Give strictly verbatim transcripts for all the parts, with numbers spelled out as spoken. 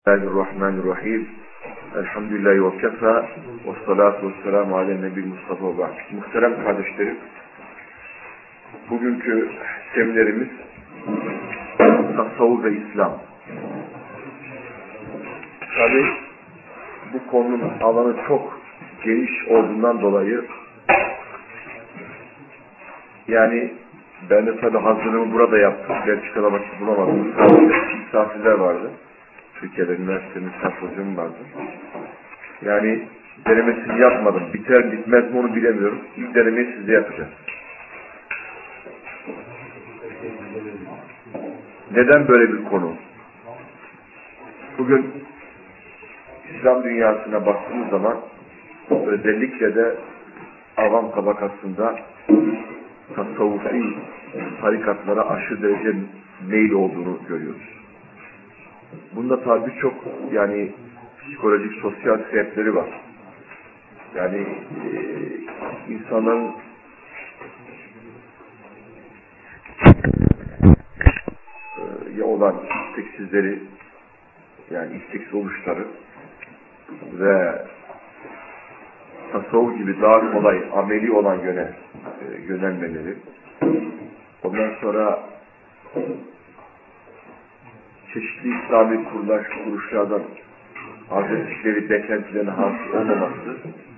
Bismillahirrahmanirrahim. Elhamdülillahi ve kefa ve salatu ve selamu ala nebil Mustafa ve ba'd. Muhterem kardeşlerim, bugünkü seminerimiz tasavvuf ve İslam. Tabi bu konunun alanı çok geniş olduğundan dolayı yani ben de tabi hazırlığımı burada yaptım. Belçika'da vakit bulamadım. Sadece misafirler vardı. Türkiye'de üniversitenin sempozyumu vardı. Yani denemesini yapmadım. Biter bitmez mi onu bilemiyorum. İlk denemeyi sizde yapacağız. Neden böyle bir konu? Bugün İslam dünyasına baktığımız zaman özellikle de avam tabakasında tasavvufi tarikatlara aşırı derece meyil olduğunu görüyoruz. Bunda tabi birçok yani psikolojik, sosyal sebepleri var. Yani e, insanların e, ya olan isteksizleri, yani isteksiz oluşları ve tasavvuf gibi daha kolay, ameli olan yöne e, yönelmeleri. Ondan sonra çeşitli İslami kuruluş, kuruluşlardan arz ettikleri beklentilerine hasıl olmaması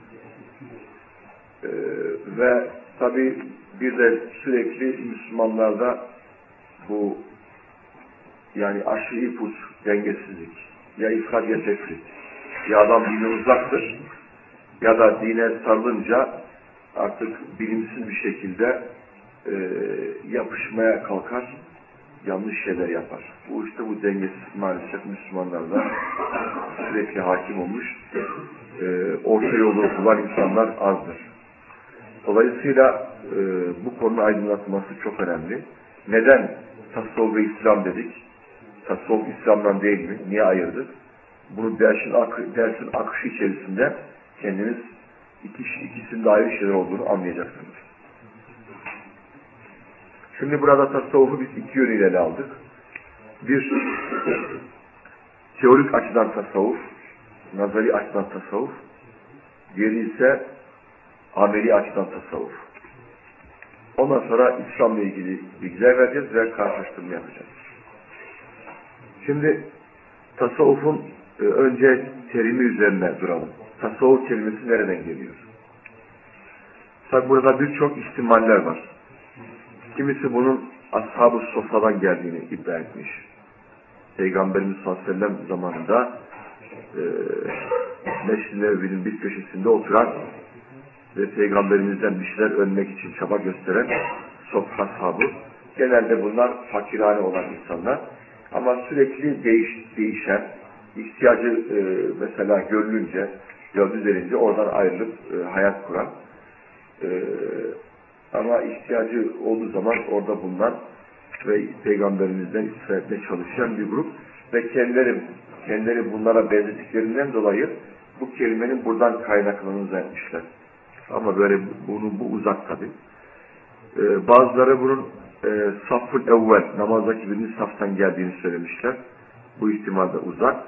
ee, ve tabi bir de sürekli Müslümanlarda bu yani aşırı ipuç, dengesizlik, ya ifrat ya tefrit, ya adam dine uzaktır ya da dine sarılınca artık bilimsiz bir şekilde e, yapışmaya kalkar, yanlış şeyler yapar. Bu işte bu dengesiz maalesef Müslümanlarda sürekli hakim olmuş. E, orta yolu bulan insanlar azdır. Dolayısıyla e, bu konunun aydınlatılması çok önemli. Neden tasavvuf ve İslam dedik? Tasavvuf İslam'dan değil mi? Niye ayırdık? Bunu dersin, ak dersin akışı içerisinde kendiniz iki, ikisinin de ayrı şeyler olduğunu anlayacaksınız. Şimdi burada tasavvufu biz iki yönüyle ele aldık. Bir, teorik açıdan tasavvuf, nazari açıdan tasavvuf. Diğeri ise ameli açıdan tasavvuf. Ondan sonra İslam'la ilgili bilgiler vereceğiz ve karşılaştırma yapacağız. Şimdi tasavvufun e, önce terimi üzerine duralım. Tasavvuf kelimesi nereden geliyor? Tabi burada birçok ihtimaller var. Kimisi bunun Ashab-ı Sofa'dan geldiğini iddia etmiş. Peygamberimiz sallallahu aleyhi ve sellem zamanında e, Mescid-i Nebevi'nin bir köşesinde oturan ve Peygamberimizden bir şeyler ölmek için çaba gösteren Sofha ashabı. Genelde bunlar fakirhane olan insanlar. Ama sürekli değiş, değişen, ihtiyacı e, mesela görülünce, gördüğü verince oradan ayrılıp e, hayat kuran e, ama ihtiyacı olduğu zaman orada bulunan ve Peygamberimizden istifade etmeye çalışan bir grup ve kendileri, kendileri bunlara benzetiklerinden dolayı bu kelimenin buradan kaynaklandığını zannetmişler. Ama böyle bunu bu uzak tabi. Ee, bazıları bunun e, saf-ül evvel, namazdaki birinci saftan geldiğini söylemişler. Bu ihtimal de uzak.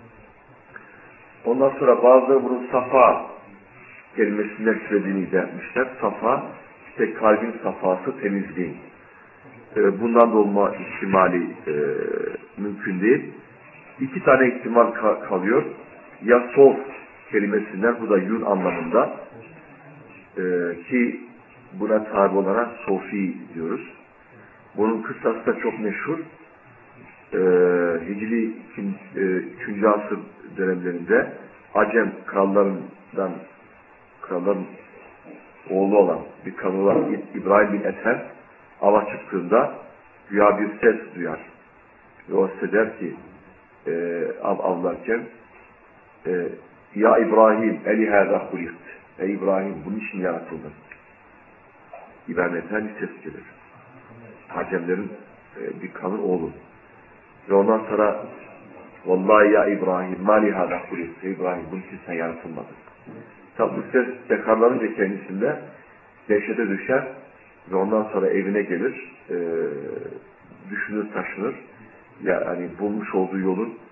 Ondan sonra bazıları bunun safa kelimesinden türediğini iddia etmişler. Safa, işte kalbin safası, temizliği. Ee, bundan da olma ihtimali e, mümkün değil. İki tane ihtimal ka kalıyor. Ya sof kelimesinden, bu da yun anlamında e, ki buna tabi olana sofi diyoruz. Bunun kıssası da çok meşhur. E, Hicri üçüncü asır dönemlerinde Acem krallarından kralların oğlu olan bir kral olan İbrahim bin Ethem ava çıktığında güya bir ses duyar. Ve o ses der ki e, av avlarken e, ya İbrahim elihâzâ hulikt. Ey İbrahim bunun için yaratıldın. İbrahim Ethem bir ses gelir. Acemlerin e, bir kralın oğlu. Ve ondan sonra vallahi ya İbrahim malihâzâ hulikt. Ey İbrahim bunun için sen yaratılmadın. Tabi bu ses tekrarlanınca kendisinde dehşete düşer ve ondan sonra evine gelir, e, düşünür, taşınır. Yani bulmuş olduğu yolun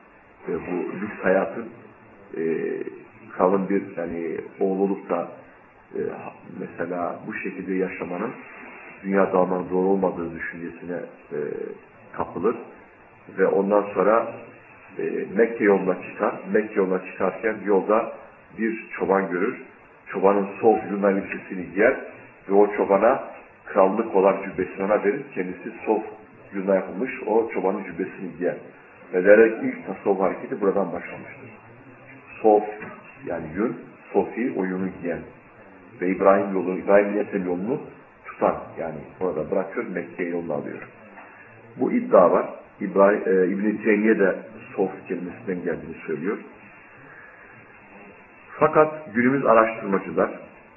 e, bu lüks hayatın e, kalın bir yani oğul olup da e, mesela bu şekilde yaşamanın dünyada almanın zor olmadığı düşüncesine e, kapılır ve ondan sonra e, Mekke yoluna çıkar. Mekke yoluna çıkarken yolda bir çoban görür. Çobanın sol yuna elbisesini giyer ve o çobana krallık olan cübbesini ona verir. Kendisi sol yuna yapılmış o çobanın cübbesini giyer. Ve derek ilk tasavvuf hareketi buradan başlamıştır. Sof yani yün, sofi o yünü giyen ve İbrahim yolu, İbrahim Yesem yolunu tutan yani orada bırakıyor Mekke'ye yolunu alıyor. Bu iddia var. İbrahim, e, İbn-i Teymiye de sof kelimesinden geldiğini söylüyor. Fakat günümüz araştırmacılar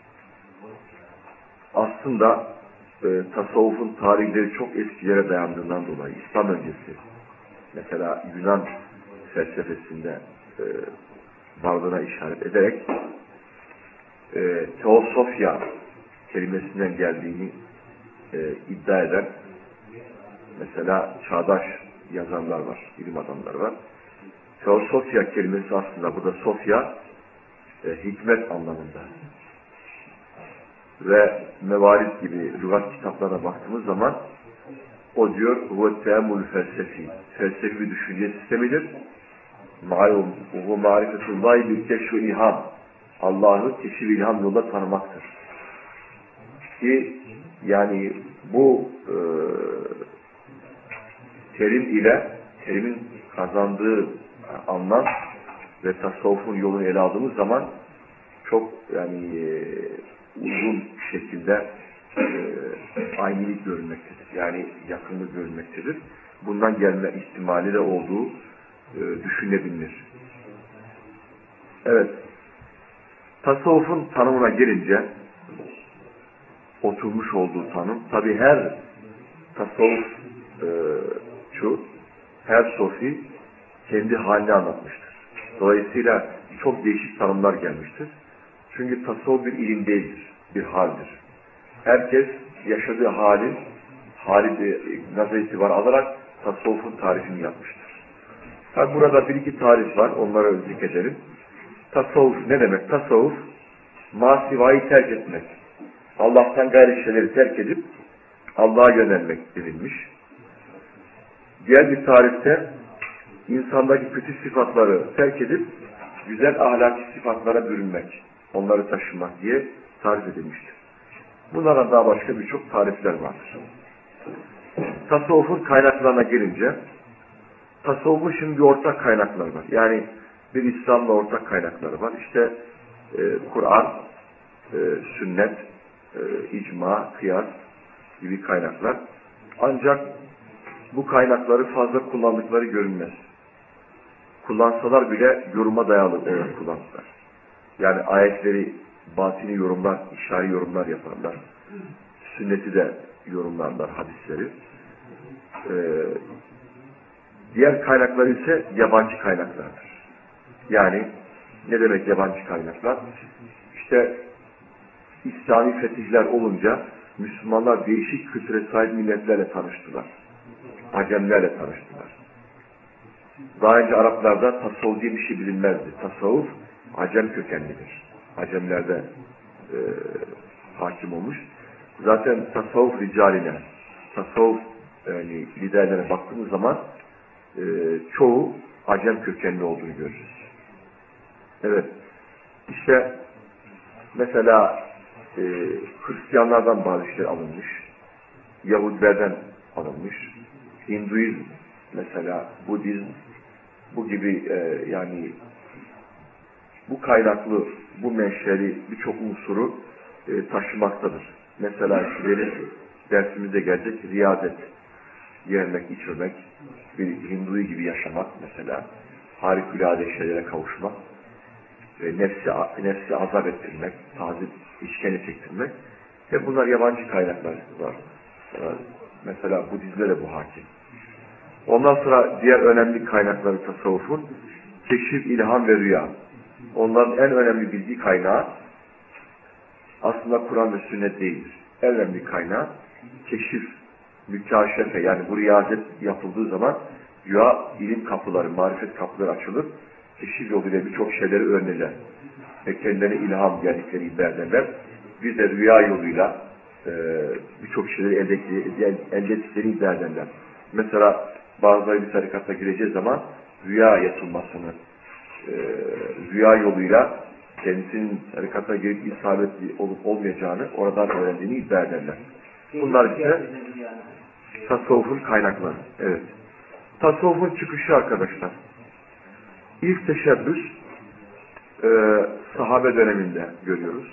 aslında e, tasavvufun tarihleri çok eskilere dayandığından dolayı İslam öncesi mesela Yunan felsefesinde e, varlığına işaret ederek e, teosofya kelimesinden geldiğini e, iddia eden mesela çağdaş yazarlar var, ilim adamları var. Teosofya kelimesi aslında burada Sofya e, hikmet anlamında. Ve Mevarid gibi lügat kitaplarına baktığımız zaman o diyor huve teemmül felsefi. Felsefi bir düşünce sistemidir. Ma'lum huve marifetullahi bil keşf-i ilham. Allah'ı keşif ilham yolda tanımaktır. Ki yani bu e, terim ile terimin kazandığı anlam ve tasavvufun yolunu ele aldığımız zaman çok yani e, uzun şekilde e, aynilik görünmektedir. Yani yakınlık görünmektedir. Bundan gelme ihtimali de olduğu e, düşünebilir. Evet. Tasavvufun tanımına gelince oturmuş olduğu tanım tabi her tasavvufçu, her sofi kendi halini anlatmıştır. Dolayısıyla çok değişik tanımlar gelmiştir. Çünkü tasavvuf bir ilim değildir, bir haldir. Herkes yaşadığı halin, hali nazar itibar alarak tasavvufun tarifini yapmıştır. Tabi burada bir iki tarif var, onlara zikredelim. Tasavvuf ne demek? Tasavvuf, masivayı terk etmek. Allah'tan gayri şeyleri terk edip Allah'a yönelmek denilmiş. Diğer bir tarifte insandaki kötü sıfatları terk edip güzel ahlaki sıfatlara bürünmek, onları taşımak diye tarif edilmiştir. Bunlara daha başka birçok tarifler vardır. Tasavvufun kaynaklarına gelince tasavvufun şimdi ortak kaynakları var. Yani bir İslam'la ortak kaynakları var. İşte e, Kur'an, e, sünnet, e, icma, kıyas gibi kaynaklar. Ancak bu kaynakları fazla kullandıkları görünmez. Kullansalar bile yoruma dayalı olarak kullanırlar. Yani ayetleri batini yorumlar, işari yorumlar yaparlar. Sünneti de yorumlarlar, hadisleri. Ee, diğer kaynaklar ise yabancı kaynaklardır. Yani ne demek yabancı kaynaklar? İşte İslami fetihler olunca Müslümanlar değişik kültüre sahip milletlerle tanıştılar. Acemlerle tanıştılar. Daha önce Araplarda tasavvuf diye bir şey bilinmezdi. Tasavvuf Acem kökenlidir. Acemlerde e, hakim olmuş. Zaten tasavvuf ricaline, tasavvuf yani liderlere baktığımız zaman e, çoğu Acem kökenli olduğunu görürüz. Evet. İşte mesela e, Hristiyanlardan bazı şeyler alınmış. Yahudilerden alınmış. Hinduizm mesela, Budizm bu gibi e, yani bu kaynaklı, bu menşeli birçok unsuru e, taşımaktadır. Mesela ileri dersimize gelecek riyadet, yemek, içirmek, bir Hindu gibi yaşamak mesela, harikulade şeylere kavuşmak, ve nefsi, nefsi azap ettirmek, tazip, işkence çektirmek ve bunlar yabancı kaynaklar var. Mesela Budizm'de de bu hakim. Ondan sonra diğer önemli kaynakları tasavvufun keşif, ilham ve rüya. Onların en önemli bilgi kaynağı aslında Kur'an ve sünnet değildir. En önemli kaynağı keşif, mükaşefe yani bu riyazet yapıldığı zaman Rüya ilim kapıları, marifet kapıları açılır. Keşif yoluyla birçok şeyleri öğrenirler. Ve kendilerine ilham geldikleri iddia ederler. Bir de rüya yoluyla e, birçok şeyleri elde, elde ettiklerini iddia ederler. Mesela bazıları bir tarikata gireceği zaman rüya yatılmasını, e, rüya yoluyla kendisinin tarikata girip isabetli olup olmayacağını oradan öğrendiğini iddia ederler. Bunlar ise tasavvufun kaynakları. Evet. Tasavvufun çıkışı arkadaşlar. İlk teşebbüs e, sahabe döneminde görüyoruz.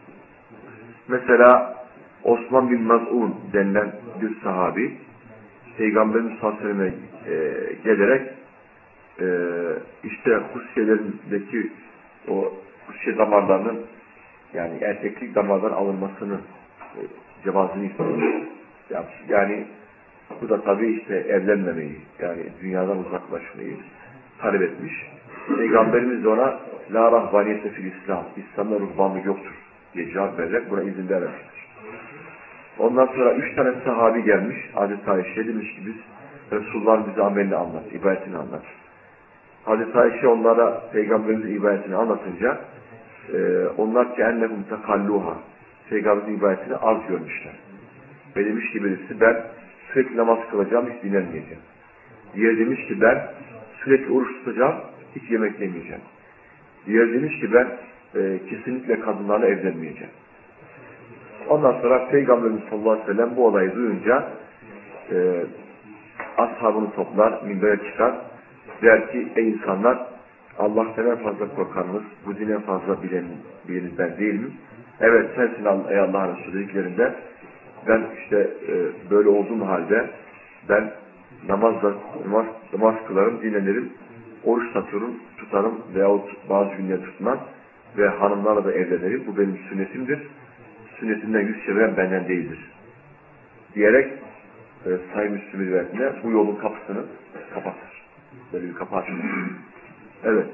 Mesela Osman bin Maz'un denilen bir sahabi Peygamberimiz sallallahu aleyhi ve sellem'e e, gelerek e, işte hussiyelerindeki o hussiye damarlarının yani erkeklik damarların alınmasını e, cevazını istemiş. Yani bu da tabii işte evlenmemeyi yani dünyadan uzaklaşmayı talep etmiş. Peygamberimiz de ona la rahbaniyete fil İslam, İslam'da ruhbanlık yoktur diye cevap vererek buna izin vermemiştir. Ondan sonra üç tane sahabi gelmiş. Hazreti Ayşe demiş ki biz Resulullah bize amelini anlat, ibadetini anlat. Hazreti Ayşe onlara Peygamberimizin ibadetini anlatınca e, onlar ki ennehum tekalluha Peygamberimizin ibadetini az görmüşler. Ve demiş ki birisi ben sürekli namaz kılacağım, hiç dinlenmeyeceğim. Diğer demiş ki ben sürekli oruç tutacağım, hiç yemek yemeyeceğim. Diğer demiş ki ben e, kesinlikle kadınlarla evlenmeyeceğim. Ondan sonra Peygamberimiz sallallahu aleyhi ve sellem bu olayı duyunca e, ashabını toplar, minbere çıkar. Der ki ey insanlar Allah'tan en fazla korkanınız, bu dine fazla bilen, bileniz ben değil mi? Evet sensin ey Allah'ın Resulü dediklerinde ben işte e, böyle olduğum halde ben namazla, namaz, namaz kılarım, dinlenirim, oruç tutarım, tutarım veyahut bazı günler tutmam ve hanımlarla da evlenirim. Bu benim sünnetimdir. Sünnetinden yüz çeviren benden değildir. Diyerek e, Sahih Müslim rivayetinde bu yolun kapısını kapatır. Böyle bir kapı açılır. Evet.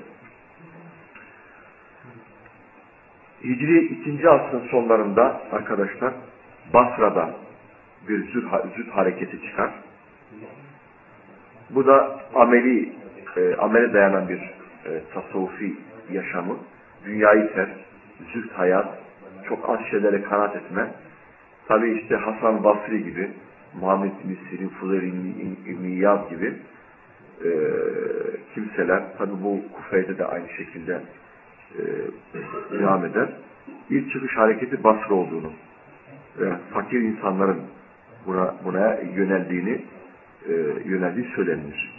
Hicri ikinci asrın sonlarında arkadaşlar Basra'da bir züht, züht hareketi çıkar. Bu da ameli, e, amele dayanan bir e, tasavvufi yaşamı, dünyayı terk, züht hayat, çok az şeylere kanaat etme. Tabi işte Hasan Basri gibi, Muhammed bin Sirin, Fudayl İbn İyad gibi e, kimseler, tabi bu Kufey'de de aynı şekilde e, devam eder. İlk çıkış hareketi Basra olduğunu, e, fakir insanların buna, buna yöneldiğini e, yöneldiği söylenir.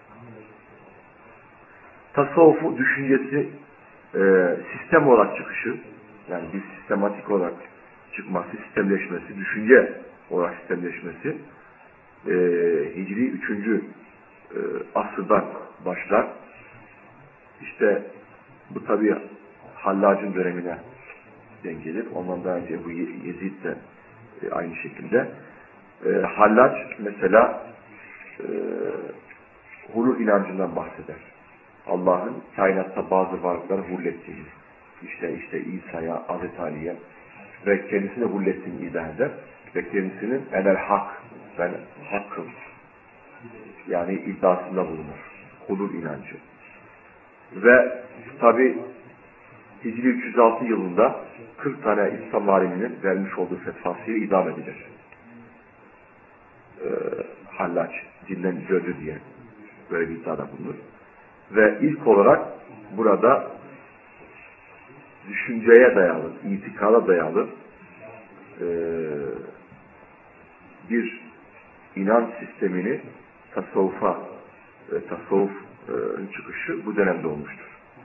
Tasavvufu düşüncesi e, sistem olarak çıkışı, yani bir sistematik olarak çıkması, sistemleşmesi, düşünce olarak sistemleşmesi e, Hicri üçüncü E, asırdan başlar. İşte bu tabi Hallac'ın dönemine denk gelir. Ondan daha önce bu Yezid de e, aynı şekilde. E, Hallac mesela e, hulul inancından bahseder. Allah'ın kainatta bazı varlıkları hullettiğini, işte işte İsa'ya, Hazreti Ali'ye ve kendisini hullettiğini iddia eder ve kendisinin enel hak, ben hakkım yani iddiasında bulunur. Hulul inancı. Ve tabi Hicri üç yüz altı yılında kırk tane İslam aliminin vermiş olduğu fetvasıyla idam edilir. Ee, Hallac dinden döndü diye böyle bir iddiada bulunur. Ve ilk olarak burada düşünceye dayalı, itikada dayalı e, bir inanç sistemini tasavvufa, e, tasavvufun çıkışı bu dönemde olmuştur.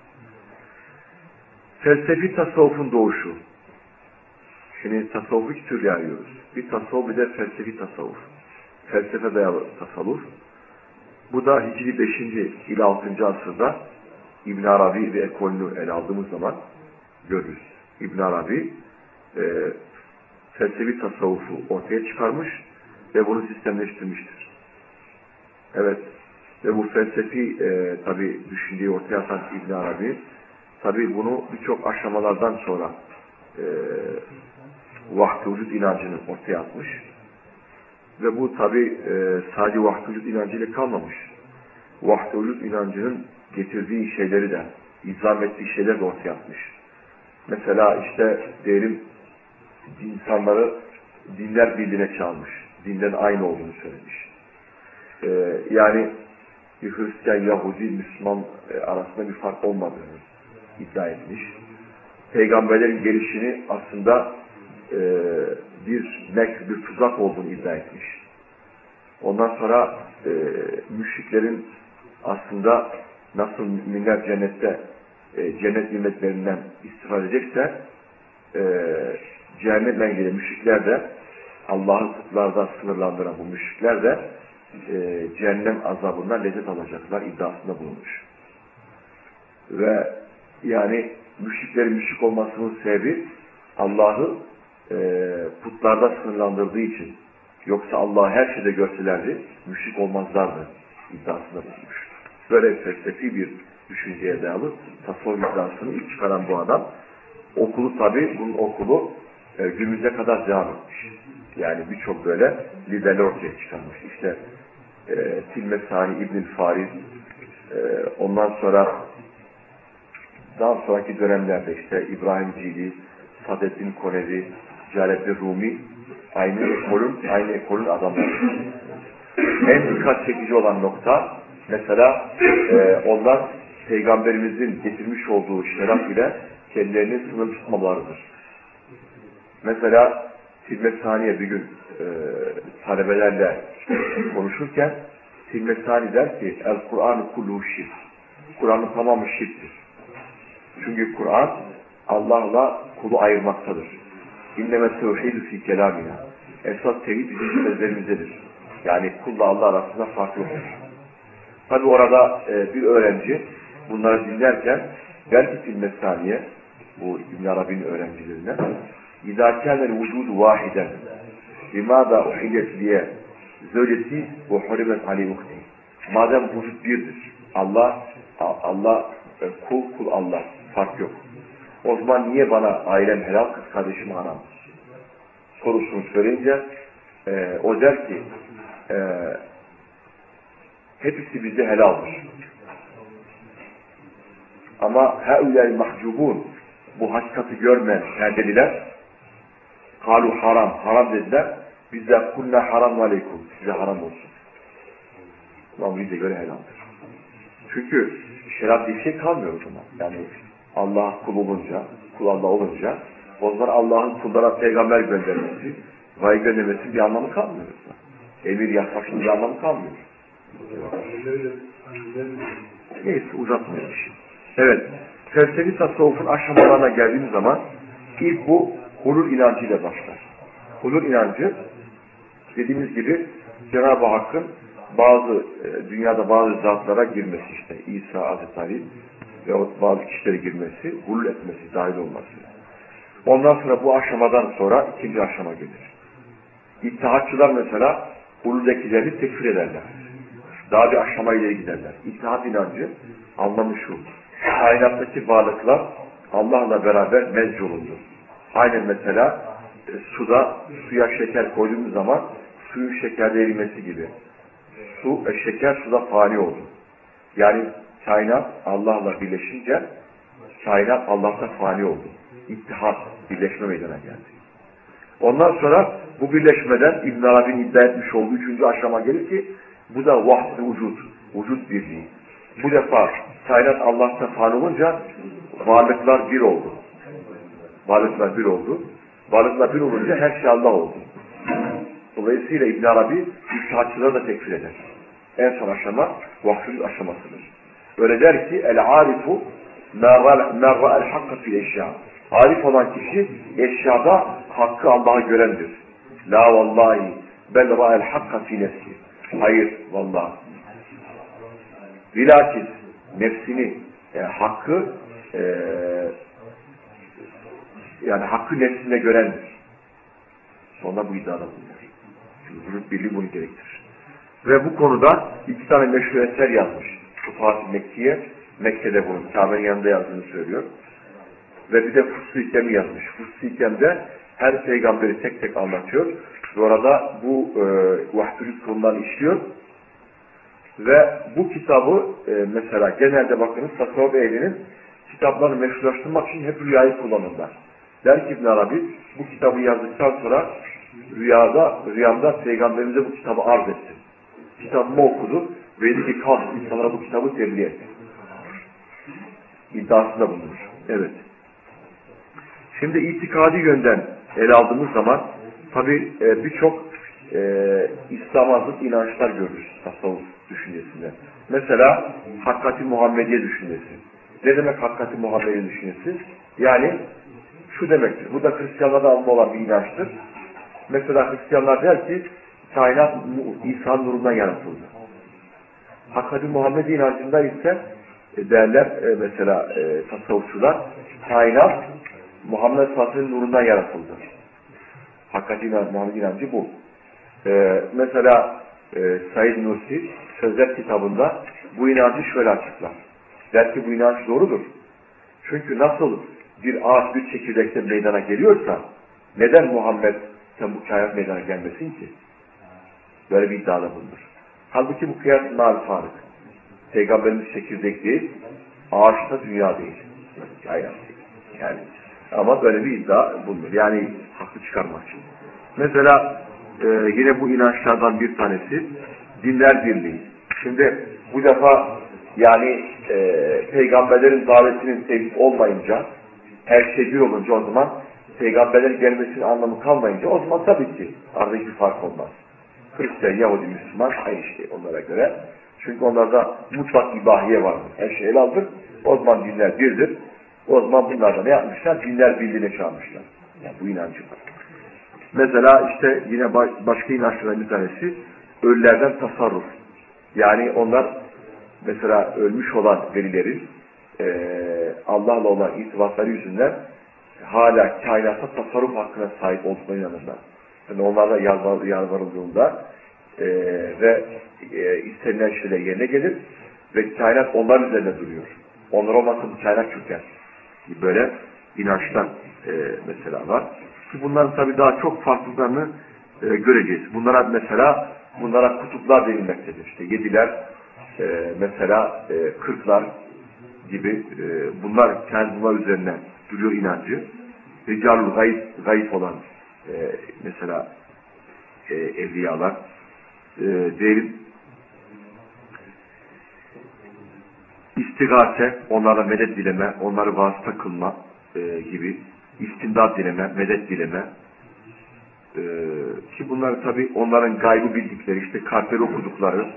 Felsefi tasavvufun doğuşu. Şimdi tasavvufu iki türlü arıyoruz. Bir tasavvuf, bir de felsefi tasavvuf. Felsefe dayalı tasavvuf. Bu da Hicri beşinci ile altıncı asırda İbn Arabi ve ekolünü ele aldığımız zaman görürüz. İbn Arabi e, felsefi tasavvufu ortaya çıkarmış ve bunu sistemleştirmiştir. Evet. Ve bu felsefi e, tabi düşünceyi ortaya atan İbn Arabi tabi bunu birçok aşamalardan sonra e, vahd-ı vücud inancını ortaya atmış. Ve bu tabi e, sadece vahd-ı vücud inancıyla kalmamış. vahdoluluk inancının getirdiği şeyleri de, izam ettiği şeyler de ortaya atmış. Mesela işte diyelim insanları dinler birliğine çağırmış. Dinlerin aynı olduğunu söylemiş. Ee, yani bir Hristiyan, Yahudi, Müslüman arasında bir fark olmadığını iddia etmiş. Peygamberlerin gelişini aslında e, bir mek, bir tuzak olduğunu iddia etmiş. Ondan sonra e, müşriklerin aslında nasıl müminler cennette e, cennet nimetlerinden istifade edecekse e, cehennemden gelen müşrikler de Allah'ın kutlardan sınırlandıran bu müşrikler de e, cehennem azabından lezzet alacaklar iddiasında bulunmuş. Ve yani müşriklerin müşrik olmasının sebebi Allah'ı e, putlarda sınırlandırdığı için. Yoksa Allah'ı her şeyde görselerdi müşrik olmazlardı iddiasında bulunmuş. Böyle felsefi bir düşünceye dayalı tasavvuf iddiasını ilk çıkaran bu adam okulu tabi bunun okulu e, günümüze kadar devam etmiş. Yani birçok böyle liderler ortaya çıkarmış. İşte e, Tilmesani, İbn-i Farid e, ondan sonra daha sonraki dönemlerde işte İbrahim Cili, Sadettin Konevi, Celaleddin Rumi aynı ekolün, aynı ekolün adamları. En dikkat çekici olan nokta mesela e, onlar Peygamberimizin getirmiş olduğu şeref ile kendilerini sınır tutmalarıdır. Mesela Tilmesani'ye bir gün e, talebelerle konuşurken Tilmesani der ki El-Kur'an-ı kulluhu şirk. Kur'an'ın tamamı şirktir. Çünkü Kur'an Allah'la kulu ayırmaktadır. İnneme tevhidü fî kelamina. Esas tevhid bizim sözlerimizdedir. Yani kulla Allah arasında fark yoktur. Tabi orada e, bir öğrenci bunları dinlerken belki Tilmesani'ye bu İbn Arabi'nin öğrencilerine İzâ kânel vücûdu vâhiden bimâdâ uhillet liye zöyleti ve hurimet aleyh muhti. Madem vücut birdir, Allah Allah kul kul Allah, fark yok. O zaman niye bana ailem helal, kız kardeşim haram sorusunu söyleyince e, o der ki e, hepsi bizde helaldir. Ama he'ulâl mahcubun, bu hakikati görmeyen perdeliler kalu haram, haram dediler. Biz de kulna haram aleykum, size haram olsun. Ama bize göre helaldir. Çünkü şeriat diye bir şey kalmıyor o zaman. Yani Allah kul olunca, kul Allah olunca o zaman Allah'ın kullara peygamber göndermesi, vahiy göndermesi bir anlamı kalmıyor. Emir yasaklı bir anlamı kalmıyor. Neyse uzatmayalım şimdi. Evet, felsefi tasavvufun aşamalarına geldiğimiz zaman ilk bu hulul inancıyla başlar. Hulul inancı dediğimiz gibi Cenab-ı Hakk'ın bazı e, dünyada bazı zatlara girmesi işte İsa, Hazreti Ali ve bazı kişilere girmesi, hulul etmesi, dahil olması. Ondan sonra bu aşamadan sonra ikinci aşama gelir. İttihatçılar mesela hululdekileri tekfir ederler. Daha bir aşama ileri giderler. İttihat inancı anlamı şu. Kainattaki varlıklar Allah'la beraber mezculundur. Aynen mesela e, suda suya şeker koyduğumuz zaman suyun şekerde erimesi gibi. Su, e, şeker suda fani oldu. Yani kainat Allah'la birleşince kainat Allah'ta fani oldu. İttihat, birleşme meydana geldi. Ondan sonra bu birleşmeden İbn Arabi'nin iddia etmiş olduğu üçüncü aşama gelir ki bu da vahdü vücut, vücut birliği. Bu defa kainat Allah'ta fani olunca varlıklar bir oldu. Varlıklar bir oldu. Varlıklar bir olunca her şey Allah oldu. Dolayısıyla İbn Arabi İttihatçıları da tekfir eder. En son aşama vahdül aşamasıdır. Öyle der ki el-arifu merra'el hakka fil eşya. Arif olan kişi eşyada hakkı Allah'a görendir. La vallahi bel ra'el hakka fi nefsi. Hayır vallahi. Bilakis nefsini, e, hakkı e, yani hakkı nefsinde görendir. Sonra bu iddiada bulunuyor. Çünkü vücut birliği bunu gerektirir. Ve bu konuda iki tane meşhur eser yazmış. Futuhat-ı Mekkiye, Mekke'de bunun Kabe'nin yanında yazdığını söylüyor. Ve bir de Fussu İkem'i yazmış. Fussu İkem'de her peygamberi tek tek anlatıyor. Ve orada bu e, vahdülük konularını işliyor. Ve bu kitabı e, mesela genelde bakınız tasavvuf ehlinin kitaplarını meşrulaştırmak için hep rüyayı kullanırlar. Der ki İbn Arabi, bu kitabı yazdıktan sonra rüyada, rüyamda Peygamberimize bu kitabı arz ettim. Kitabımı okudu ve dedi ki kalk insanlara bu kitabı tebliğ et. İddiasında bulunur. Evet. Şimdi itikadi yönden ele aldığımız zaman tabi e, birçok e, İslam'a zıt inançlar görürüz tasavvuf düşüncesinde. Mesela Hakkati Muhammediye düşüncesi. Ne demek Hakkati Muhammediye düşüncesi? Yani şu demektir. Bu da Hristiyanlarda alma olan bir inançtır. Mesela Hristiyanlar der ki kainat İsa'nın nurundan yaratıldı. Hakkati Muhammediye inancında ise e, derler e, mesela e, tasavvufçular kainat Muhammed Fatih'in nurundan yaratıldı. Hakkati Muhammed inancı bu. Ee, mesela e, Said Nursi Sözler kitabında bu inancı şöyle açıklar. Der ki bu inanç doğrudur. Çünkü nasıl bir ağaç bir çekirdekte meydana geliyorsa neden Muhammed sen bu kainat meydana gelmesin ki? Böyle bir iddiada bulunur. Halbuki bu kıyas marifâlık. Peygamberimiz çekirdek değil, ağaçta dünya değil. Kainat değil. Yani ama böyle bir iddia bulunur. Yani haklı çıkarmak için. Mesela e, yine bu inançlardan bir tanesi dinler birliği. Şimdi bu defa yani e, peygamberlerin davetinin tevhid olmayınca her şey bir olunca o zaman peygamberlerin gelmesinin anlamı kalmayınca o zaman tabii ki aradaki bir fark olmaz. Hristiyan, Yahudi, Müslüman aynı şey onlara göre. Çünkü onlarda mutlak ibahiye vardır. Her şey el aldır. O zaman dinler birdir. O zaman bunlar da ne yapmışlar? Dinler birliğine çağırmışlar. Yani bu inancı var. Mesela işte yine başka inançlardan bir tanesi ölülerden tasarruf. Yani onlar mesela ölmüş olan velilerin e, Allah'la olan irtibatları yüzünden hala kainata tasarruf hakkına sahip olduklarına inanırlar. Yani onlarla yalvar, yalvarıldığında e, ve e, istenilen şeyler yerine gelir ve kainat onlar üzerine duruyor. Onlar olmazsa bu kainat çöker. Böyle inançlar e, mesela var. Ki bunların tabii daha çok farklılarını e, göreceğiz. Bunlara mesela bunlara kutuplar denilmektedir. İşte yediler, e, mesela e, kırklar gibi e, bunlar kendi bunlar üzerine duruyor inancı. Ricalul gayb, gayb olan e, mesela e, evliyalar e, diyelim istigase, onlara medet dileme, onları vasıta kılma e, gibi istimdad dileme, medet dileme e, ki bunlar tabi onların gaybı bildikleri, işte kalpleri okudukları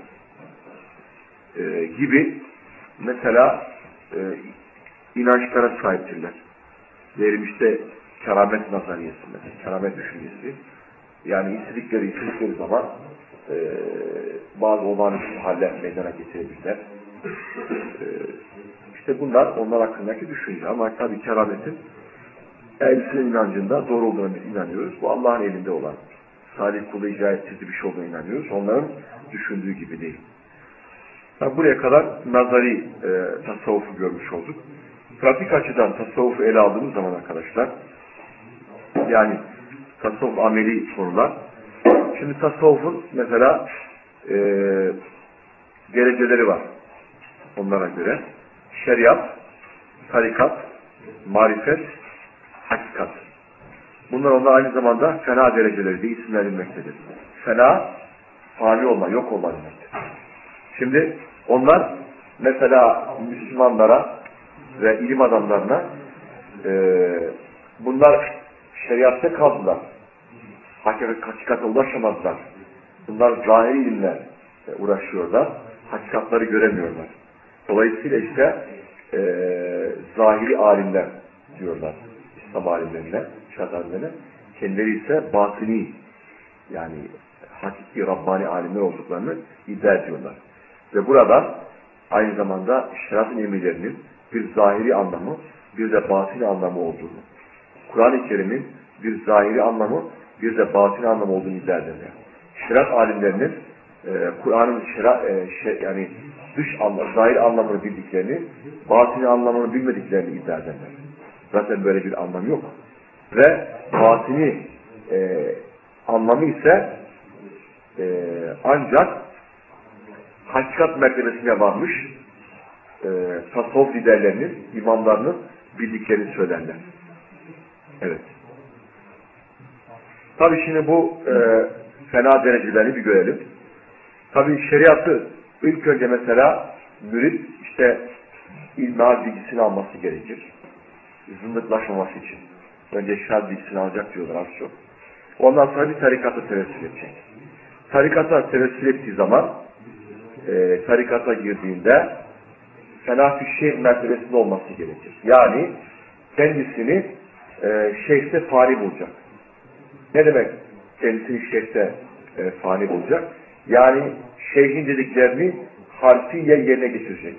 e, gibi mesela e, inançlara sahiptirler. Diyelim işte keramet nazariyesi, mesela keramet düşüncesi. Yani istedikleri istedikleri zaman e, bazı olağanüstü haller meydana getirebilirler. E, işte bunlar onlar hakkındaki düşünce. Ama tabi kerametin Ehl-i inancında doğru olduğuna inanıyoruz. Bu Allah'ın elinde olan salih kulu icra ettiği bir şey olduğuna inanıyoruz. Onların düşündüğü gibi değil. Yani buraya kadar nazari e, tasavvufu görmüş olduk. Pratik açıdan tasavvufu ele aldığımız zaman arkadaşlar, yani tasavvuf ameli konular. Şimdi tasavvufun mesela e, dereceleri var. Onlara göre şeriat, tarikat, marifet, hakikat. Bunlar onlar aynı zamanda fena dereceleri de isimlenilmektedir. Fena, fani olma, yok olma demektir. Şimdi onlar mesela Müslümanlara ve ilim adamlarına e, bunlar şeriatta kaldılar. Hakikate ulaşamadılar. Bunlar zahiri ilimle uğraşıyorlar. Hakikatları göremiyorlar. Dolayısıyla işte e, zahiri alimler diyorlar. İslam alimlerine, şart alimlerine. Kendileri ise batini, yani hakiki Rabbani alimler olduklarını iddia ediyorlar. Ve burada aynı zamanda şeriat-ın emirlerinin bir zahiri anlamı, bir de batini anlamı olduğunu, Kur'an-ı Kerim'in bir zahiri anlamı, bir de batini anlamı olduğunu iddia ederler. Şeriat alimlerinin e, Kur'an'ın e, şey, yani dış anlamı, zahir anlamını bildiklerini, batini anlamını bilmediklerini iddia ederler. Zaten böyle bir anlam yok. Ve batini e, anlamı ise e, ancak hakikat mertebesine varmış e, tasavvuf liderlerinin, imamlarının bildiklerini söylerler. Evet. Tabi şimdi bu e, fena derecelerini bir görelim. Tabi şeriatı ilk önce mesela mürit işte ilmihal bilgisini alması gerekir. Zındıklaşmaması için. Önce şerh bilgisini alacak diyorlar az çok. Ondan sonra bir tarikata tevessül edecek. Tarikata tevessül ettiği zaman e, tarikata girdiğinde fena bir şeyh mertebesinde olması gerekir. Yani kendisini e, şeyhte fani bulacak. Ne demek kendisini şeyhte e, fani bulacak? Yani şeyhin dediklerini harfiye yerine getirecek.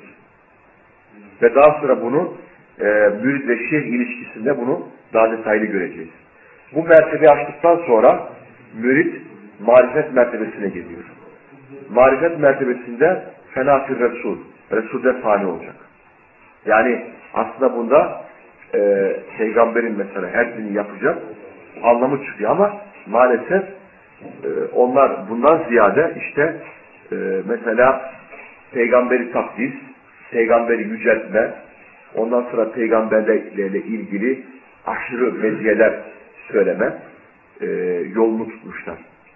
Ve daha sonra bunu e, mürid ve şeyh ilişkisinde bunu daha detaylı göreceğiz. Bu mertebeyi açtıktan sonra mürid marifet mertebesine geliyor. Marifet mertebesinde fenâfir Resul, Resul'de fani olacak. Yani aslında bunda e, peygamberin mesela her dini yapacak anlamı çıkıyor ama maalesef e, onlar bundan ziyade işte e, mesela peygamberi takdis, peygamberi yüceltme, ondan sonra peygamberlerle ilgili aşırı meziyeler söyleme e, yolunu tutmuşlar.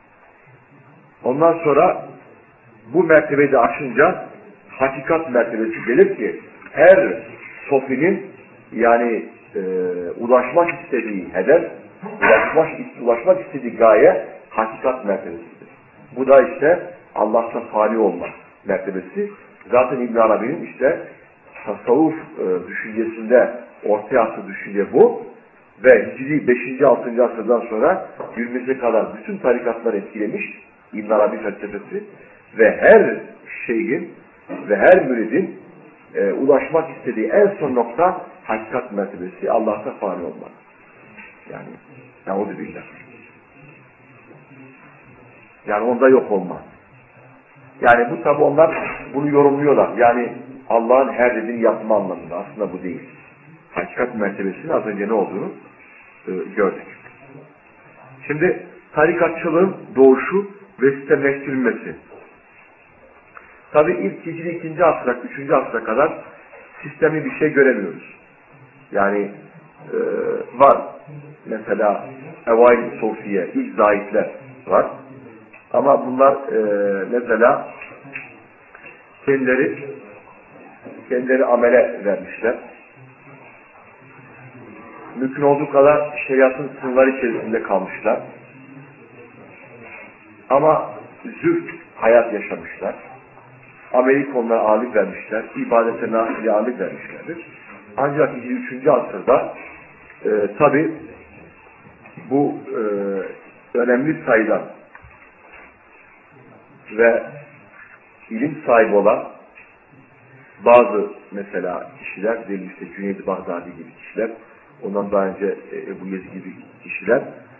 Ondan sonra bu mertebeyi de aşınca hakikat mertebesi gelir ki her sofinin yani e, ulaşmak istediği hedef, ulaşmak, ulaşmak istediği gaye hakikat mertebesidir. Bu da işte Allah'ta fani olma mertebesi. Zaten İbn Arabi'nin işte tasavvuf e, düşüncesinde ortaya attığı düşünce bu. Ve Hicri beşinci altıncı asırdan sonra günümüze kadar bütün tarikatları etkilemiş İbn Arabi felsefesi ve her şeyin ve her müridin e, ulaşmak istediği en son nokta hakikat mertebesi, Allah'ta fani olmak. Yani Eûzübillah. Yani onda yok olma. Yani bu tabi onlar bunu yorumluyorlar. Yani Allah'ın her dediğini yapma anlamında. Aslında bu değil. Hakikat mertebesinin az önce ne olduğunu e, gördük. Şimdi tarikatçılığın doğuşu ve sistemleştirilmesi. Tabi ilk Hicri ikinci asra, üçüncü asra kadar sistemli bir şey göremiyoruz. Yani e, var. Mesela Evail-i Sofiye, ilk zahitler var. Ama bunlar e, mesela kendileri kendileri amele vermişler. Mümkün olduğu kadar şeriatın sınırları içerisinde kalmışlar. Ama zühd hayat yaşamışlar. Ameli konulara ağırlık vermişler. İbadete nafile ağırlık vermişlerdir. Ancak üçüncü asırda e, tabi bu e, önemli sayılan ve ilim sahibi olan bazı mesela kişiler, değil işte Cüneyd-i Bağdadi gibi kişiler, ondan daha önce Ebu Yezid gibi kişiler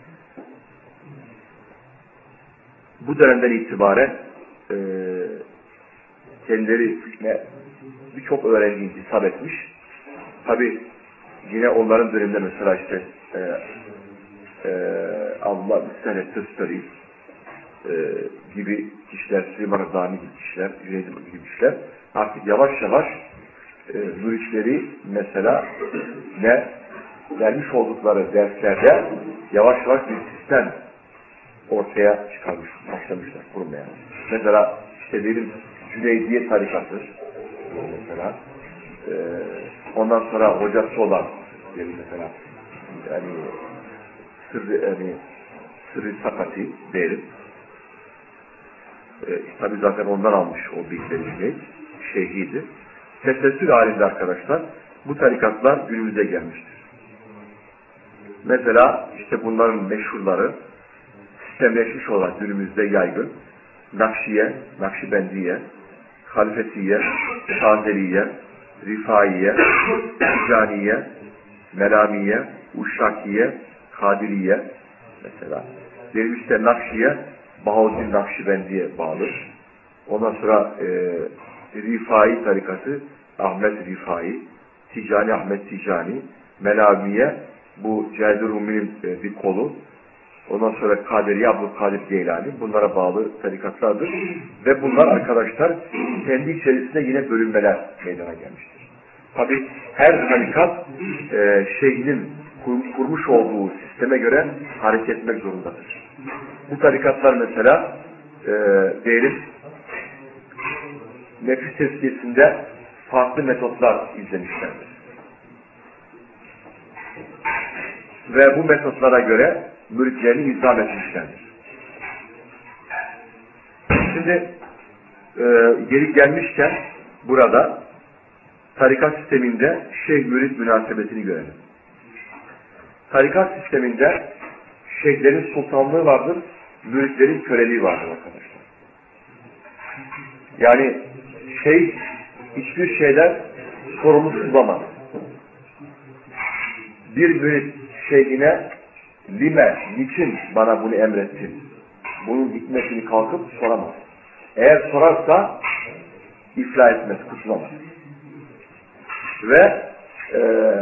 bu dönemden itibaren e, kendileri birçok öğrenci intisap etmiş. Tabi yine onların döneminde mesela işte e, e, Allah Müstehnet Tüsteri e, gibi kişiler, Süleyman Zami gibi kişiler, Cüneyd gibi kişiler artık yavaş yavaş e, müritleri mesela ne vermiş oldukları derslerde yavaş yavaş bir sistem ortaya çıkarmış, başlamışlar kurmaya. Mesela işte dedim Cüneydiye tarikatı mesela e, ondan sonra hocası olan dedim mesela yani sırrı yani sırrı sakati derim. E, tabi zaten ondan almış o bilgileri Cüneyd, şeyhiydi. Teselsül halinde arkadaşlar bu tarikatlar günümüze gelmiştir. Mesela işte bunların meşhurları sistemleşmiş olan günümüzde yaygın Nakşiye, Nakşibendiye, Halifetiye, Şazeliye, Rifaiye, Ticaniye, Melamiye, Uşşakiye, Kadiriye mesela. Benim işte Nakşiye, Bahavuddin Nakşibendiye bağlı. Ondan sonra e, Rifai tarikatı, Ahmet Rifai, Ticani Ahmet Ticani, Melamiye, bu Cahid-i Rumi'nin e, bir kolu, ondan sonra Kadiriye, Abdülkadir Geylani, bunlara bağlı tarikatlardır. Ve bunlar arkadaşlar kendi içerisinde yine bölünmeler meydana gelmiştir. Tabi her tarikat e, şeyhinin kur, kurmuş olduğu sisteme göre hareket etmek zorundadır. Bu tarikatlar mesela e, diyelim nefis tezkiyesinde farklı metotlar izlemişlerdir. Ve bu metotlara göre müritlerini izah etmişlerdir. Şimdi e, geri gelmişken burada tarikat sisteminde şeyh-mürit münasebetini görelim. Tarikat sisteminde şeyhlerin sultanlığı vardır, müritlerin köleliği vardır arkadaşlar. Yani şeyh hiçbir şeyden sorumlu tutulamaz. Bir mürit şeyhine lime, niçin bana bunu emrettin? Bunun hikmetini kalkıp soramaz. Eğer sorarsa iflah etmez, kurtulamaz. Ve e,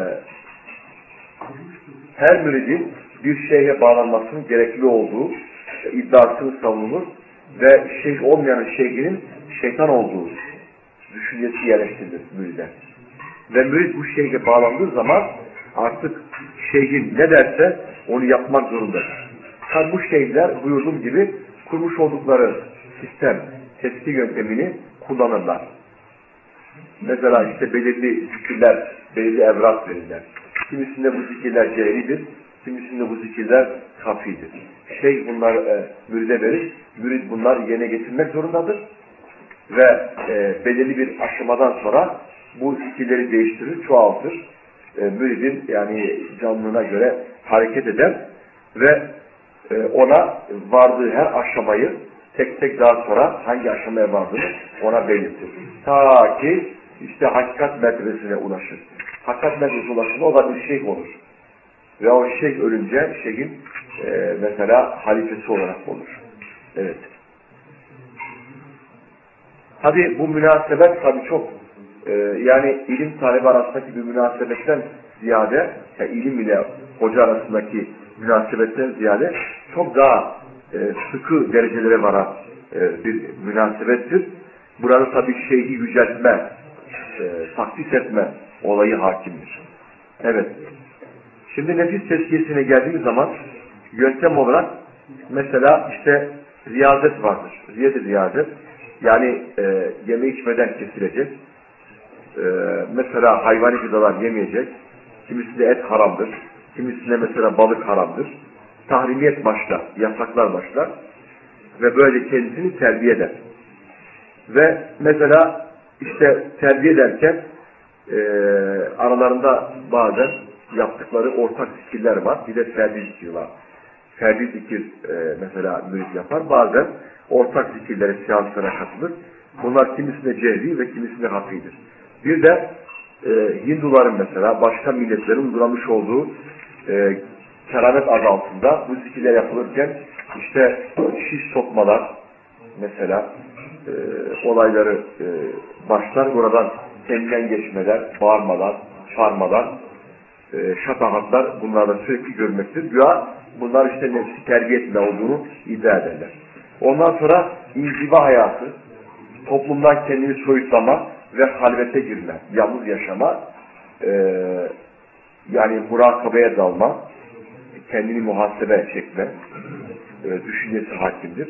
her müridin bir şeyhe bağlanmasının gerekli olduğu iddiasını savunur ve şeyh olmayanın şeyhinin şeytan olduğu düşüncesi yerleştirilir müride. Ve mürid bu şeyhe bağlandığı zaman artık şeyhin ne derse onu yapmak zorundadır. Tabi bu şeyhler buyurduğum gibi kurmuş oldukları sistem, tespih yöntemini kullanırlar. Mesela işte belirli zikirler, belirli evrak verirler. Kimisinde bu zikirler cehridir, kimisinde bu zikirler kafidir. Şeyh bunları e, müride verir, mürid bunları yerine getirmek zorundadır. Ve e, belirli bir aşamadan sonra bu zikirleri değiştirir, çoğaltır. E, müridin yani canlılığına göre hareket eder ve e, ona vardığı her aşamayı tek tek daha sonra hangi aşamaya vardığını ona belirtir. Ta ki işte hakikat mertebesine ulaşır. Hakikat mertebesine ulaşınca o da bir şeyh olur. Ve o şeyh ölünce şeyhin e, mesela halifesi olarak olur. Evet. Tabi bu münasebet tabi çok e, yani ilim talebi arasındaki bir münasebetten ziyade yani ilim ile hoca arasındaki münasebetten ziyade çok daha e, sıkı derecelere varan e, bir münasebettir. Burada tabi şeyhi yüceltme, e, takdis etme olayı hakimdir. Evet. Şimdi nefis tezkiyesine geldiğimiz zaman yöntem olarak mesela işte riyazet vardır. Riyazet riyazet. Yani e, yeme içmeden kesilecek. E, mesela hayvani gıdalar yemeyecek. Kimisinde et haramdır. Kimisinde mesela balık haramdır. Tahrimiyet başlar, yasaklar başlar. Ve böyle kendisini terbiye eder. Ve mesela işte terbiye ederken e, aralarında bazen yaptıkları ortak zikirler var. Bir de ferdi zikir var. Ferdi zikir e, mesela mürit yapar. Bazen ortak zikirlere, seanslara katılır. Bunlar kimisinde cehri ve kimisinde hafidir. Bir de e, Hinduların mesela başka milletlerin uygulamış olduğu e, keramet adı altında bu zikirler yapılırken işte şiş sokmalar mesela e, olayları e, başlar. Oradan kendinden geçmeler, bağırmalar, çağırmalar, e, şatafatlar bunlarda sürekli görmektir. Güya bunlar işte nefsi terbiye etme olduğunu iddia ederler. Ondan sonra inziva hayatı, toplumdan kendini soyutlama ve halvete girme, yalnız yaşama, e, yani murakabeye dalma, kendini muhasebe çekme e, düşüncesi hakimdir.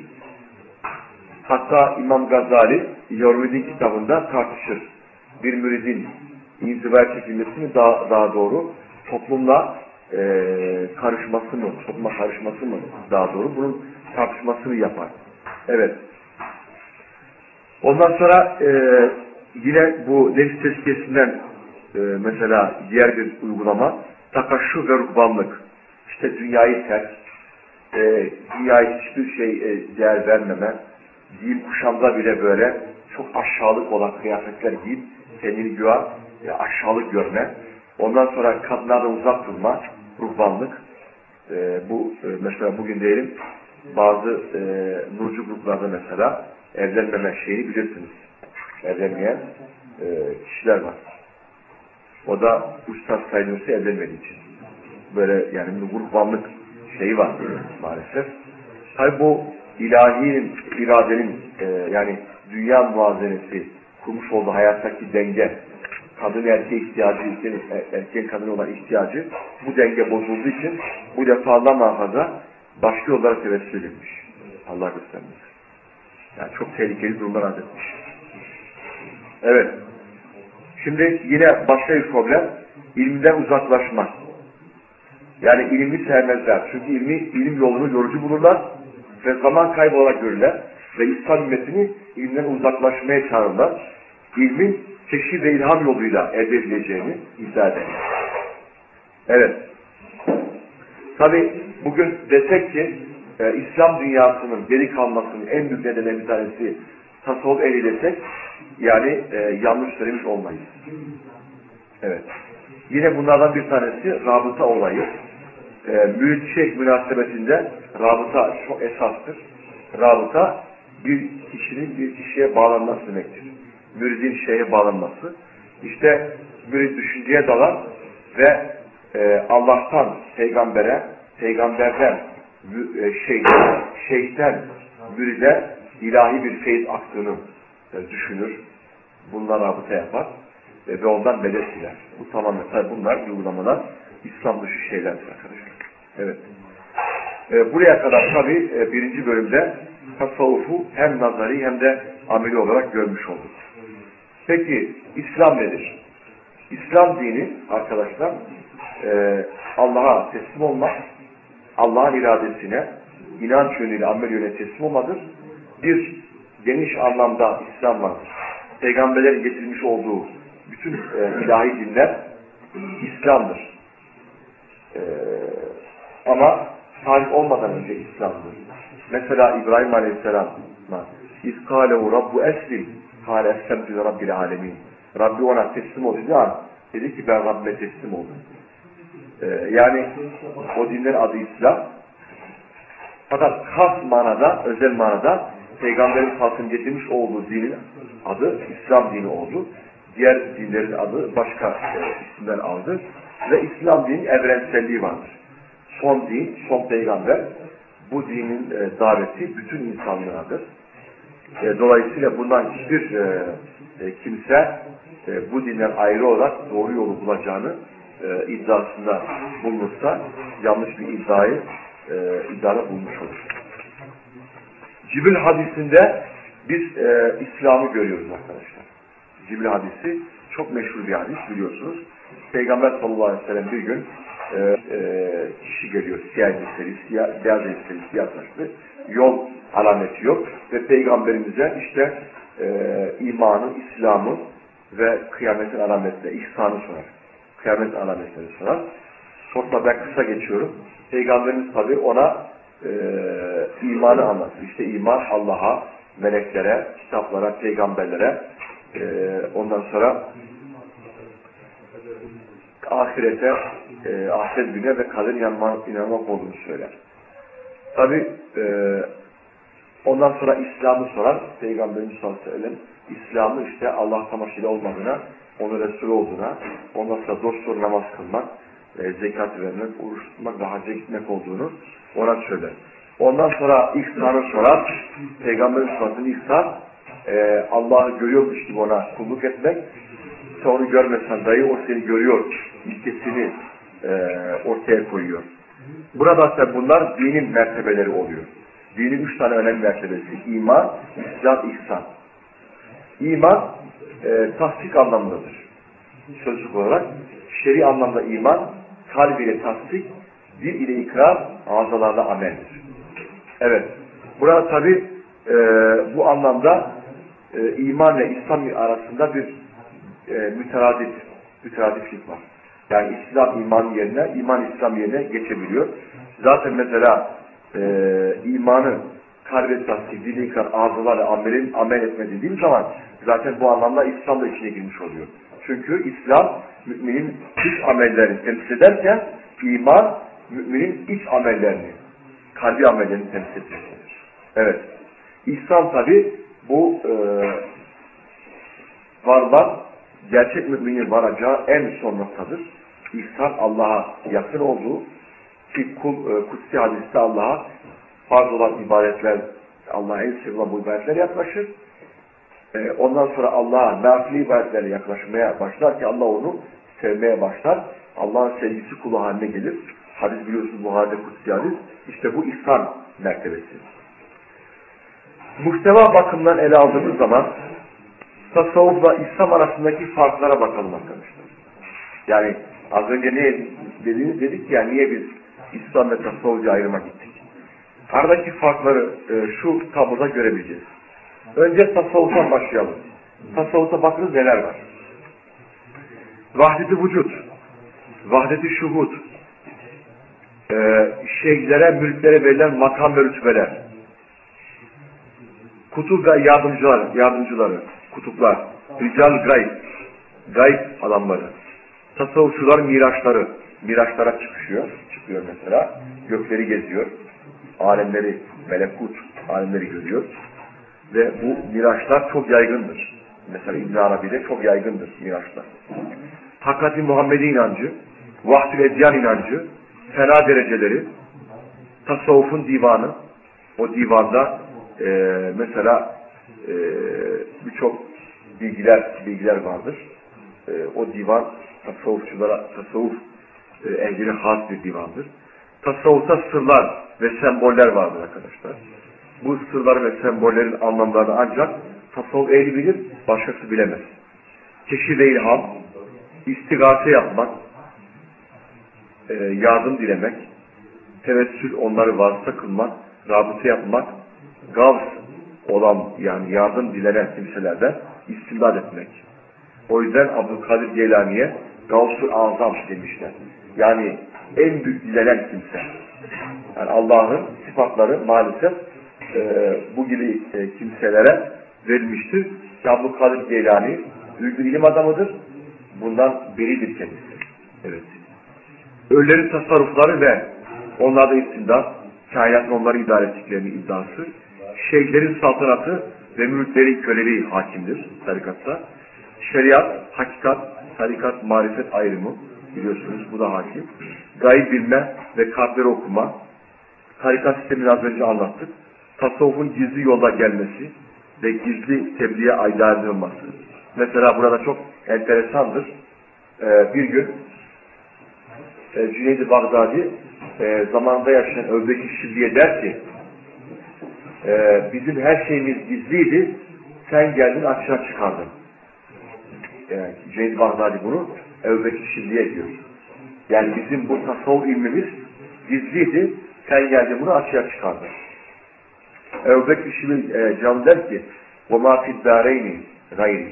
Hatta İmam Gazali Yormid'in kitabında tartışır. Bir müridin inzivaya çekilmesi mi daha, daha doğru, toplumla e, karışması mı, topluma karışması mı daha doğru, bunun tartışmasını yapar. Evet. Ondan sonra e, yine bu nefis tezkiyesinden e, mesela diğer bir uygulama takaşşu ve rukbanlık. İşte dünyayı terk, e, dünyayı hiçbir şey e, değer vermeme, giyim kuşamda bile böyle çok aşağılık olan kıyafetler giyip kendini güya e, aşağılık görme. Ondan sonra kadınlardan uzak durma, ruhbanlık. E, bu e, mesela bugün diyelim bazı e, nurcu gruplarda mesela evlenmeme şeyini bilirsiniz. Evlenmeyen e, kişiler var. O da ustaz sayılırsa evlenmediği için. Böyle yani ruhbanlık şeyi var maalesef. Tabi bu ilahinin, iradenin e, yani dünya muvazenesi kurmuş olduğu hayattaki denge, kadın erkeğe ihtiyacı, erkeğin kadına olan ihtiyacı, bu denge bozulduğu için bu defa Allah muhafaza başka yollara tevessül edilmiş. Allah göstermiş. Yani çok tehlikeli durumlar arz etmiş. Evet. Şimdi yine başka bir problem, ilimden uzaklaşmak. Yani ilmi sevmezler. Çünkü ilmi, ilim yolunu yorucu bulurlar ve zaman kaybı olarak görürler. Ve İslam ümmetini ilimden uzaklaşmaya çağırırlar. İlmin keşif ve ilham yoluyla elde edileceğini iddia eder. Evet. Tabi bugün desek ki e, İslam dünyasının geri kalmasının en büyük nedeninden bir tanesi tasavvuf ehli desek, yani e, yanlış söylemiş olmayız. Evet. Yine bunlardan bir tanesi rabıta olayı. E, mürit-şeyh münasebetinde rabıta çok esastır. Rabıta bir kişinin bir kişiye bağlanması demektir. Müridin şeyhe bağlanması. İşte mürid düşünceye dalar ve e, Allah'tan peygambere, peygamberden e, şeyhten, şeyhten müride ilahi bir feyiz aktığını e, düşünür. Bunlar rabıta yapar e, ve ondan medet diler. Bu tamamen tabi bunlar uygulamalar İslam dışı şeylerdir arkadaşlar. Evet. E, buraya kadar tabi e, birinci bölümde tasavvufu hem nazari hem de ameli olarak görmüş olduk. Peki İslam nedir? İslam dini arkadaşlar e, Allah'a teslim olmak, Allah'ın iradesine inanç yönüyle, amel yönüyle teslim olmadır. Bir geniş anlamda İslam vardır. Peygamberlerin getirmiş olduğu bütün e, ilahi dinler İslam'dır. E, ama tarih olmadan önce İslam'dır. Mesela İbrahim Aleyhisselam'a İskâlehu Rabbu eslim kâle eslemtü Rabbil alemin. Rabbi ona teslim olduğu an dedi ki ben Rabbime teslim oldum. Ee, yani o dinlerin adı İslam. Fakat has manada, özel manada Peygamberin halkın getirmiş olduğu dinin adı İslam dini oldu. Diğer dinlerin adı başka e, isimler aldı. Ve İslam dinin evrenselliği vardır. Son din, son peygamber. Bu dinin e, daveti bütün insanlığadır. E, dolayısıyla bundan hiçbir e, e, kimse e, bu dinden ayrı olarak doğru yolu bulacağını e, iddiasında bulunursa yanlış bir iddiayı e, iddiada bulmuş olur. Cibril hadisinde biz e, İslam'ı görüyoruz arkadaşlar. Cibril hadisi çok meşhur bir hadis biliyorsunuz. Peygamber sallallahu aleyhi ve sellem bir gün e, e, kişi geliyor, siyah elbiseli, siyah, beyaz elbiseli, siyah saçlı, yol alameti yok ve Peygamberimize işte e, imanı, İslam'ı ve kıyametin alametleri, ihsanı sorar. Kıyametin alametleri sorar. Sonra ben kısa geçiyorum. Peygamberimiz tabi ona e, imanı anlatır. İşte iman Allah'a, meleklere, kitaplara, peygamberlere, e, ondan sonra ahirete, e, ahiret gününe ve kader inanmak, inanmak olduğunu söyler. Tabi e, ondan sonra İslam'ı sorar. Peygamberimiz sallallahu aleyhi ve sellem İslam'ı işte Allah tamaşıyla olmadığına, onun Resulü olduğuna, ondan sonra dosdoğru namaz kılmak, e, zekat vermek, oruç tutmak ve hacca gitmek olduğunu ona söyler. Ondan sonra ihsanı sorar. Peygamberimiz sallallahu aleyhi ve sellem ihsan e, Allah'ı görüyormuş gibi ona kulluk etmek. Sen onu görmesen dahi o seni görüyor. İlkesini e, ortaya koyuyor. Burada ise bunlar dinin mertebeleri oluyor. Dinin üç tane önemli mertebesi. İman, İslam, ihsan. İman e, tasdik anlamındadır. Sözlük olarak. Şer'i anlamda iman, kalb ile tasdik, dil ile ikrar, ağzalarla ameldir. Evet. Burada tabi e, bu anlamda e, iman ve İslam arasında bir e, müteradif, müteradiflik var. Yani İslam iman yerine, iman İslam yerine geçebiliyor. Zaten mesela e, imanı kalbe tasdik, dil ikrar, ağzalarla amelin amel etme dediğim zaman zaten bu anlamda İslam da içine girmiş oluyor. Çünkü İslam müminin dış amellerini temsil ederken iman müminin iç amellerini, kalbi amellerini temsil etmektedir. Evet. İslam tabi bu e, varlar gerçek müminin varacağı en son noktadır. İhsan Allah'a yakın olduğu, Ki kul, e, kutsi hadiste Allah'a farz olan ibadetler, Allah'a en sevilen bu ibadetler yaklaşır. E, ondan sonra Allah'a nafile ibadetlerle yaklaşmaya başlar ki Allah onu sevmeye başlar. Allah'ın sevgisi kulu haline gelir. Hadis biliyorsunuz Buhari'de kutsi hadis. İşte bu ihsan mertebesi. Muhteva bakımından ele aldığımız zaman tasavvufla İslam arasındaki farklara bakalım arkadaşlar. Yani az önce ne dediğiniz dedik ya, niye biz İslam ve tasavvuf'u ayırma gittik? Aradaki farkları e, şu tabloda görebileceğiz. Önce tasavvuftan başlayalım. Tasavvufta bakınız neler var. Vahdet-i vücut, vahdet-i şuhud, e, şeyhlere, mülklere verilen makam ve rütbeler, kutub ve yardımcılar, yardımcıları, kutuplar, rical gayb, gayb adamları, tasavvufçular miraçları, miraçlara çıkıyor, çıkıyor mesela, gökleri geziyor, alemleri, melekut alemleri görüyor ve bu miraçlar çok yaygındır. Mesela İbn Arabi'de çok yaygındır miraçlar. Hakikat-i Muhammedi inancı, vahdül edyan inancı, fena dereceleri, tasavvufun divanı, o divanda e, mesela e, birçok bilgiler bilgiler vardır. E, o divan tasavvufçulara, tasavvuf e, ehline has bir divandır. Tasavvufta sırlar ve semboller vardır arkadaşlar. Bu sırlar ve sembollerin anlamlarını ancak tasavvuf ehli bilir, başkası bilemez. Keşif ve ilham, istigase yapmak, e, yardım dilemek, tevessül, onları vasıta kılmak, rabıta yapmak, gavs olan yani yardım dilenen kimselerden istimdad etmek. O yüzden Abdülkadir Geylani'ye Gavs-ül Azam demişler. Yani en büyük dilenen kimse. Yani Allah'ın sıfatları maalesef e, bu gibi e, kimselere verilmiştir. Abdülkadir Geylani büyük bir ilim adamıdır. Bundan biridir kendisi. Evet. Ölülerin tasarrufları ve onlarda istimdad, kainatın onları idare ettiklerini iddiası, şeyhlerin saltanatı ve mülklerin köleliği hakimdir tarikatta. Şeriat, hakikat, tarikat, marifet ayrımı biliyorsunuz, bu da hakim. Gayb bilme ve kalpleri okuma, tarikat sistemini az önce anlattık. Tasavvufun gizli yola gelmesi ve gizli tebliğe aydın olması. Mesela burada çok enteresandır. Ee, bir gün e, Cüneyd-i Bağdadi e, zamanında yaşayan Özbek Şilli'ye der ki e, bizim her şeyimiz gizliydi, sen geldin açığa çıkardın. Yani Cüneyd-i Bağdadi bunu Özbek Şilli'ye diyor. Yani bizim bu tasavvuf ilmimiz gizliydi, sen geldin bunu açığa çıkardın. Özbek Şilli e, can der ki وَمَا فِي الدَّارَيْنِ غَيْرِ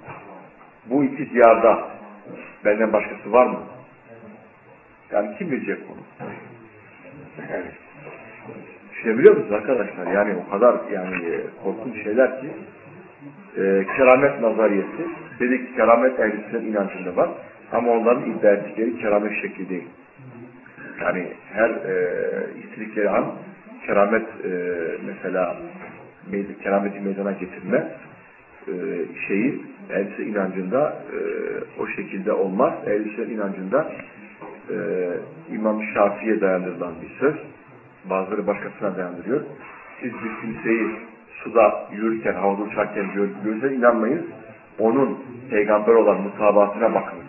Bu iki diyarda benden başkası var mı? Yani kim bilecek bunu? Yani, düşünebiliyor musunuz arkadaşlar? Yani o kadar yani korkunç şeyler ki e, keramet nazariyesi, dedik keramet ehlisinin inancında var ama onların iddia ettikleri keramet şekli değil. Yani her e, istedikleri an keramet e, mesela kerameti meydana getirme e, şeyi ehlisi inancında e, o şekilde olmaz. Ehlisi inancında e, İmam Şafii'ye dayandırılan bir söz. Bazıları başkasına dayandırıyor. Siz bir kimseyi suda yürürken, havada uçarken gözle inanmayın. Onun peygamber olan mutabatına bakın.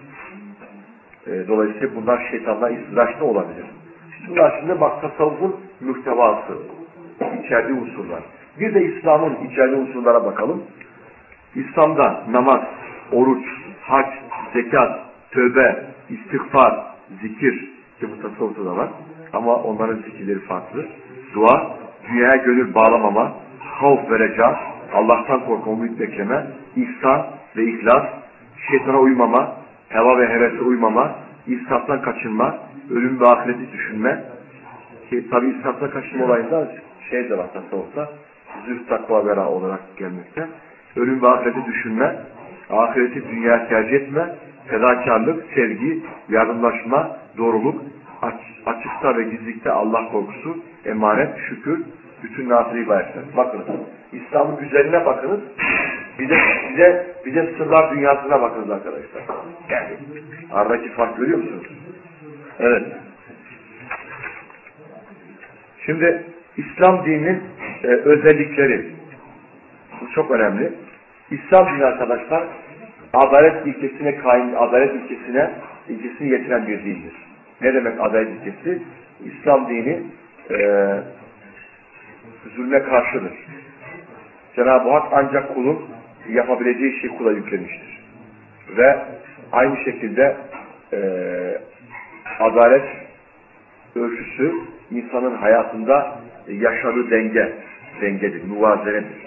E, dolayısıyla bunlar şeytanla istidraçta olabilir. Bunlar şimdi bak tasavvufun muhtevası, içerdiği unsurlar. Bir de İslam'ın içerdiği unsurlara bakalım. İslam'da namaz, oruç, hac, zekat, tövbe, istiğfar, zikir ki bu tasavvufta da var. Ama onların zikirleri farklı. Dua, dünyaya gönül bağlamama, havf ve reca, Allah'tan korkma, umut bekleme, ihsan ve ihlas, şeytana uymama, heva ve hevese uymama, israftan kaçınma, ölüm ve ahireti düşünme. Ki tabi israftan kaçınma olayında şey de var tasavvufta, zühd, takva, vera olarak gelmekte. Ölüm ve ahireti düşünme, ahireti dünyaya tercih etme, fedakarlık, sevgi, yardımlaşma, doğruluk, aç, açıkta ve gizlilikte Allah korkusu, emanet, şükür, bütün nafile ibadetler. Bakınız, İslam'ın güzelliğine bakınız, bir de, bir de, bir de sırlar dünyasına bakınız arkadaşlar. Yani aradaki fark görüyor musunuz? Evet. Şimdi İslam dininin e, özellikleri, bu çok önemli. İslam dini arkadaşlar, adalet ilkesine kaim, adalet ilkesine, ilkesini getiren bir dindir. Ne demek adalet ilkesi? İslam dini e, zulme karşıdır. Cenab-ı Hak ancak kulun yapabileceği şey kula yüklemiştir. Ve aynı şekilde e, adalet ölçüsü insanın hayatında yaşadığı denge, dengedir, muvazenedir.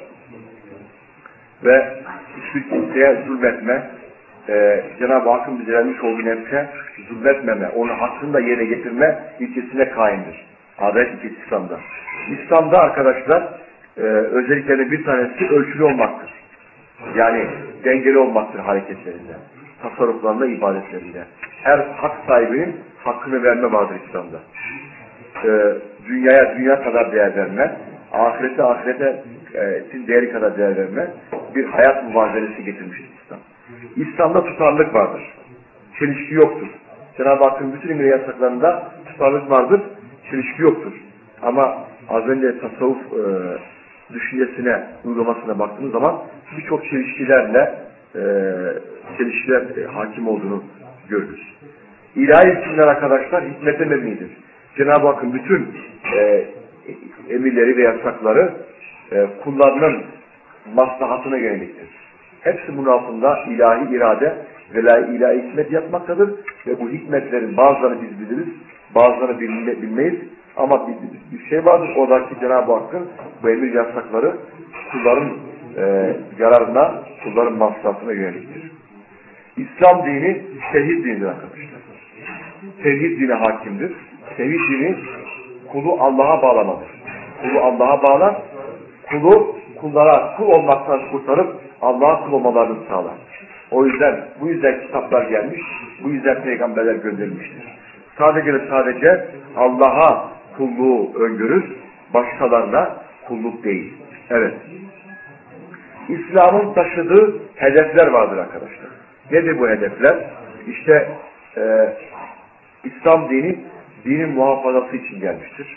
Ve hiçbir kimseye zulmetme, e, Cenab-ı Hakk'ın bize vermiş olduğu nefse zulmetmeme, onu hakkında yerine getirme ilkesine kaimdir. Adalet ilkesi İslam'da. İslam'da arkadaşlar e, özelliklerinin bir tanesi ölçülü olmaktır. Yani dengeli olmaktır hareketlerinde, tasarruflarında, ibadetlerinde. Her hak sahibinin hakkını verme vardır İslam'da. E, dünyaya dünya kadar değer verme, ahirete ahirete e, değeri kadar değer verme bir hayat muvazenesi getirmiştir İslam. İslam'da tutarlılık vardır. Çelişki yoktur. Cenab-ı Hakk'ın bütün emir yasaklarında tutarlılık vardır. Çelişki yoktur. Ama az önce tasavvuf e, düşüncesine, uygulamasına baktığımız zaman birçok çelişkilerle e, çelişkiler e, hakim olduğunu görürüz. İlahi hükümler arkadaşlar hikmete mebnidir. Cenab-ı Hakk'ın bütün e, emirleri ve yasakları e, kullarının maslahatına yöneliktir. Hepsi bunun altında ilahi irade ve ilahi hikmet yapmaktadır. Ve bu hikmetlerin bazılarını biz biliriz, bazılarını bilmeyiz. Ama bir, bir şey vardır, oradaki Cenab-ı Hakk'ın bu emir yasakları kulların e, yararına, kulların maslahatına yöneliktir. İslam dini tevhid dinidir arkadaşlar. Tevhid dini hakimdir. Tevhid dini kulu Allah'a bağlamadır. Kulu Allah'a bağlar, kulu kullara kul olmaktan kurtarıp Allah'a kul olmalarını sağlar. O yüzden, bu yüzden kitaplar gelmiş, bu yüzden peygamberler gönderilmiştir. Sadece ve sadece Allah'a kulluğu öngörür, başkalarına kulluk değil. Evet. İslam'ın taşıdığı hedefler vardır arkadaşlar. Nedir bu hedefler? İşte e, İslam dini, dinin muhafazası için gelmiştir.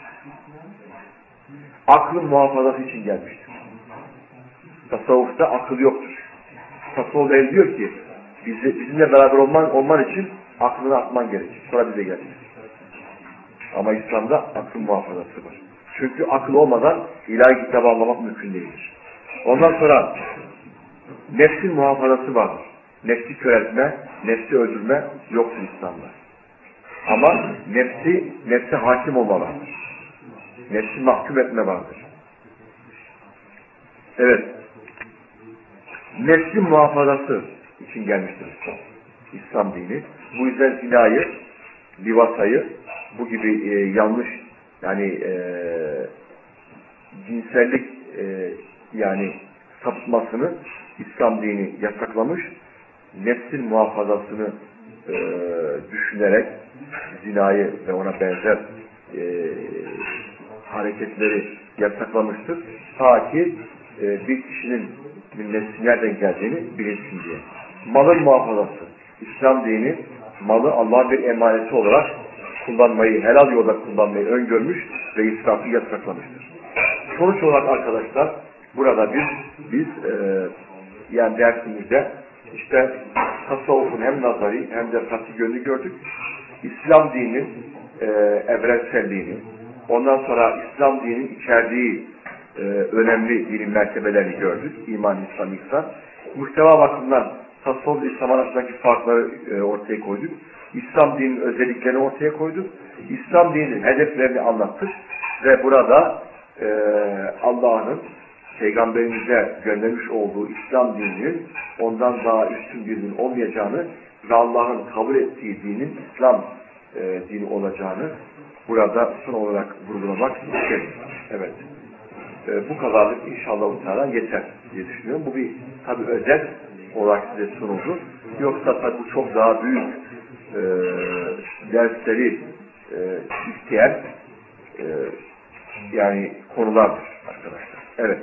Aklın muhafazası için gelmiştir. Tasavvufta akıl yoktur. Tasavvuf el diyor ki, bizi, bizimle beraber olman, olman için aklını atman gerekir. Sonra bize gelir. Ama İslam'da akıl muhafazası var. Çünkü akıl olmadan ilahi kitabı anlamak mümkün değildir. Ondan sonra nefsin muhafazası vardır. Nefsi köreltme, nefsi öldürme yoktur İslam'da. Ama nefsi, nefse hakim olma vardır. Nefsi mahkum etme vardır. Evet. Nefsin muhafazası için gelmiştir İslam. İslam dini. Bu yüzden zinayı, livasayı, bu gibi e, yanlış yani e, cinsellik e, yani sapıtmasını İslam dini yasaklamış. Nefsin muhafazasını e, düşünerek zinayı ve ona benzer e, hareketleri yasaklamıştır. Ta ki e, bir kişinin nefsi nereden geldiğini bilinsin diye. Malın muhafazası. İslam dini malı Allah'ın bir emaneti olarak kullanmayı, helal yolda kullanmayı öngörmüş ve israfı yasaklamıştır. Sonuç olarak arkadaşlar burada biz biz e, yani dersimizde işte tasavvufun hem nazari hem de pratik yönünü gördük. İslam dininin e, evrenselliğini, ondan sonra İslam dininin içerdiği e, önemli dinin mertebelerini gördük. İman, İslam, İhsan. Muhteva bakımından tasavvuf İslam arasındaki farkları e, ortaya koyduk. İslam dininin özelliklerini ortaya koyduk. İslam dininin hedeflerini anlattık. Ve burada e, Allah'ın Peygamberimize göndermiş olduğu İslam dininin ondan daha üstün bir din olmayacağını ve Allah'ın kabul ettiği dinin İslam e, dini olacağını burada son olarak vurgulamak istedim. Evet. E, bu kadarlık inşallah yeter diye düşünüyorum. Bu bir tabi özet olarak size sunuldu. Yoksa tabi bu çok daha büyük e, dersleri e, isteyen e, yani konulardır arkadaşlar. Evet.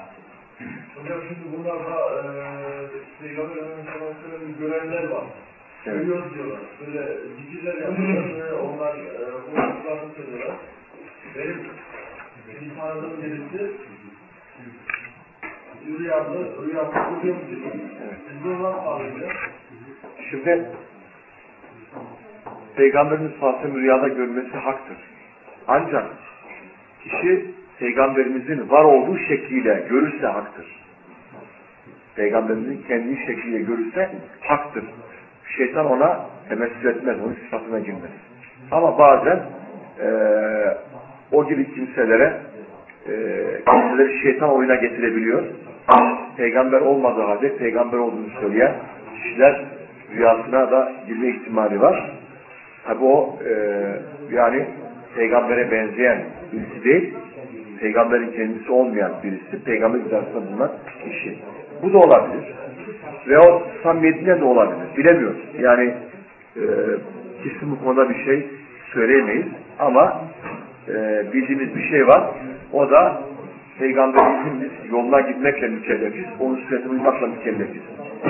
Hocam şimdi bunlarda e, Peygamber Efendimiz'in görevler var. Görüyoruz diyorlar. Böyle zikirler yapıyorlar ve onlar konuştuklarını söylüyorlar. Benim bir tanıdığım birisi rüyamda, rüyamda görüyorum diyor. Sizde olan sağlıyor. Şimdi Peygamberimiz sallallahu aleyhi ve sellem rüyada görmesi haktır. Ancak kişi Peygamberimizin var olduğu şekliyle görürse haktır. Peygamberimizin kendi şekliyle görürse haktır. Şeytan ona temessül etmez, onun sıfatına girmez. Ama bazen e, o gibi kimselere e, kimseleri şeytan oyuna getirebiliyor. Peygamber olmadığı halde peygamber olduğunu söyleyen kişiler rüyasına da girme ihtimali var. Tabi o e, yani peygambere benzeyen birisi değil, peygamberin kendisi olmayan birisi, peygamber rüyasında bulunan kişi. Bu da olabilir. Ve o samimiyetine de olabilir. Bilemiyoruz. Yani e, kesin bu konuda bir şey söyleyemeyiz. Ama e, bildiğimiz bir şey var. O da Peygamberimizin biz yoluna gitmekle mükellefiz. Onun sünnetine uymakla mükellefiz.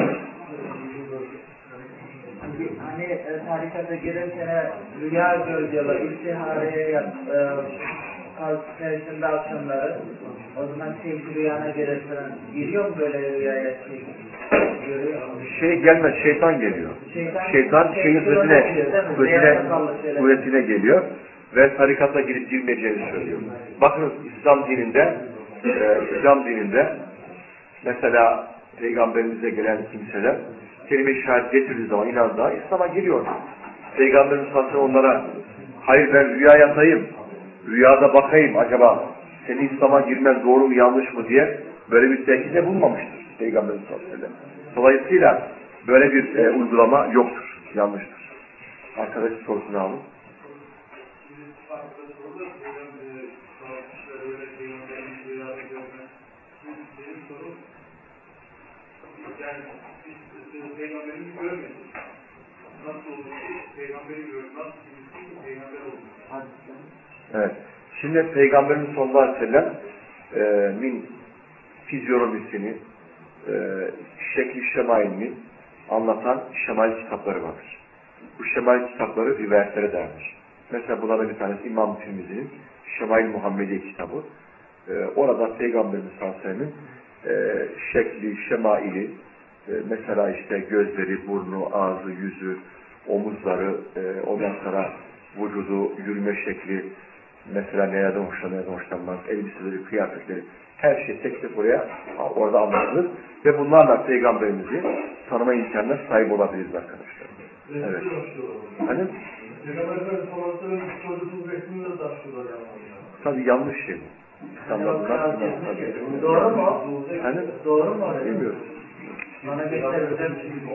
Hani e, tarikata girerken rüya görüyorlar, istihareye yap, e, perşembe akşamları. O zaman sevgi rüyana girer falan. Giriyor mu böyle rüyaya şey? Görüyor mu? Şey gelmez, şeytan geliyor. Şeytan, şeytan şeyin sözüne, sözüne, suretine geliyor ve tarikata girip girmeyeceğini söylüyor. Bakın İslam dininde, e, İslam dininde mesela Peygamberimize gelen kimseler kelime-i şehadet getirdiği zaman inandığa İslam'a giriyor. Peygamberimiz sallallahu aleyhi ve sellem onlara hayır ben rüya yatayım, rüyada bakayım acaba seni İslam'a girmez doğru mu yanlış mı diye böyle bir tehdide bulmamıştır Peygamberimiz sallallahu aleyhi ve sellem. Dolayısıyla böyle bir e, uygulama yoktur, yanlıştır. Arkadaş sorusunu alın. Yani biz Peygamberimizi görmedik. Nasıl olur ki Peygamberi görürüz? Nasıl bilirsin ki Peygamber olur? Evet. Şimdi Peygamberimiz sallallahu aleyhi ve sellem e, min fizyonomisini, e, şekli şemailini anlatan şemail kitapları vardır. Bu şemail kitapları rivayetlere dayanır. Mesela bunlardan bir tanesi İmam Tirmizi'nin Şemail Muhammediye kitabı. E, orada Peygamberimiz sallallahu aleyhi ve sellem'in e, şekli, şemaili, e, mesela işte gözleri, burnu, ağzı, yüzü, omuzları, e, ondan sonra vücudu, yürüme şekli, mesela nelerden hoşlanır, nelerden hoşlanmaz, elbiseleri, kıyafetleri, her şey tek tek oraya orada anlatılır ve bunlarla Peygamberimizi tanıma imkanına sahip olabiliriz arkadaşlar. Evet. Hani? Peygamberimiz sallallahu çocuğun resmini de taşıyorlar yani. Tabii yanlış şey. Doğru mu? Hani? Doğru mu? Bilmiyorum. Bana gösterebilir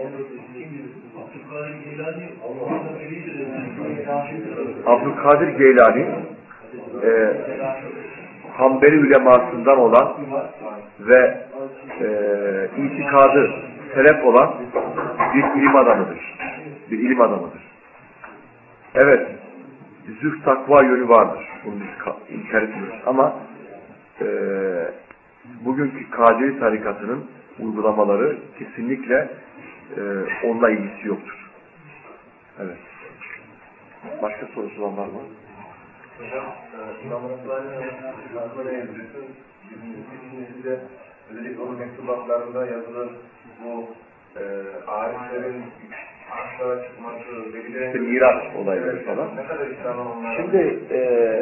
Abdülkadir Geylani e, Hanbeli ulemasından olan ve e, itikadı selef olan bir ilim adamıdır. Bir ilim adamıdır. Evet, zühd takva yönü vardır. Bunu biz inkar etmiyoruz. Ama e, bugünkü Kadiri tarikatının uygulamaları kesinlikle e, onunla ilgisi yoktur. Evet. Başka sorusu olan var mı? Hocam, İmam Rabbani'nin aklına yazıyorsun. Bizim de özellikle onun mektubatlarında yazılır bu e, ariflerin aşağı çıkması, belirleyen... İşte miras olayları falan. Ne kadar İslam'a onlar... Şimdi e,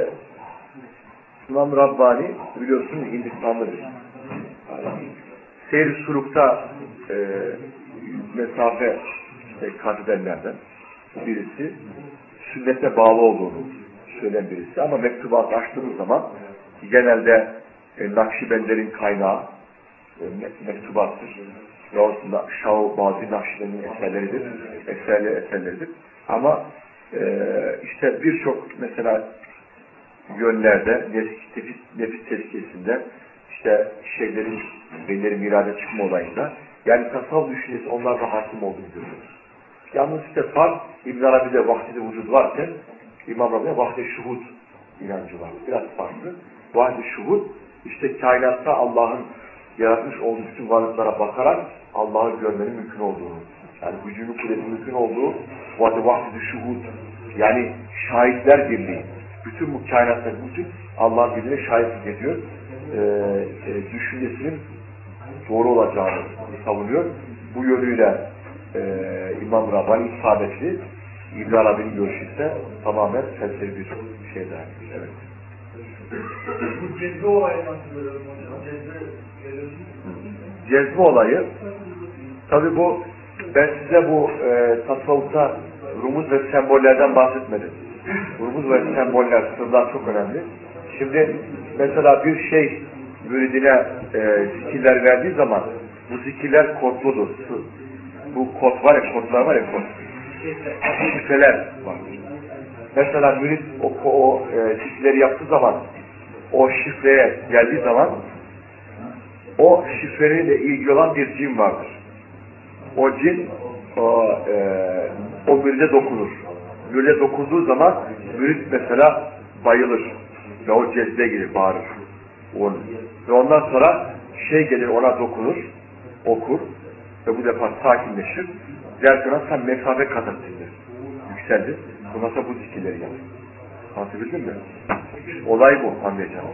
İmam Rabbani biliyorsunuz Hindistanlıdır. Seyr-i Suruk'ta e, mesafe işte, kat edenlerden birisi sünnete bağlı olduğunu söyleyen birisi ama mektubat açtığımız zaman genelde e, Nakşibender'in kaynağı e, mektubattır. Yahut Şah-ı Bazı Nakşibender'in eserleridir. Eserli eserleridir. Ama e, işte birçok mesela yönlerde nefis, nefis tezkiyesinde işte şeylerin belirli mirade çıkma olayında yani tasavvuf düşüncesi onlarda hakim olduğunu görüyoruz. Yalnız işte fark İbn Arabi'de vahdet-i vücud varken İmam Rabbani'de vahdet-i şuhud inancı var. Biraz farklı. Vahdet-i şuhud işte kainatta Allah'ın yaratmış olduğu bütün varlıklara bakarak Allah'ı görmenin mümkün olduğunu Yani gücünün kudretin mümkün olduğu vade vahdi şuhud. Yani şahitler birliği. Bütün bu kainatlar bütün Allah'ın birliğine şahitlik ediyor. Ee, e, düşüncesinin doğru olacağını savunuyor. Bu yönüyle e, İmam Rabbani isabetli, İbn Arabi'nin görüşü ise tamamen felsefi bir şey daha. Evet. Bu cezbe olayı nasıl böyle hocam? Cezbe Cezbe olayı, tabi bu, ben size bu e, tasavvufta rumuz ve sembollerden bahsetmedim. Rumuz ve semboller, sırlar çok önemli. Şimdi mesela bir şey müridine e, zikirler verdiği zaman bu zikirler kodludur. Bu kod var ya, kodlar var ya, kod. Şifreler var. Mesela mürid o, o e, zikirleri yaptığı zaman, o şifreye geldiği zaman o şifreyle ilgili olan bir cin vardır. O cin o, e, o müride dokunur. Müride dokunduğu zaman mürid mesela bayılır. Ve o cezbe gelir, bağırır. Onu. Ve ondan sonra şey gelir, ona dokunur, okur. Ve bu defa sakinleşir. Der ki sen mesafe kat etsindir. Yükseldir. Bundan sonra bu zikirleri yapar. Anlatabildim mi? Olay bu, anlayacağım.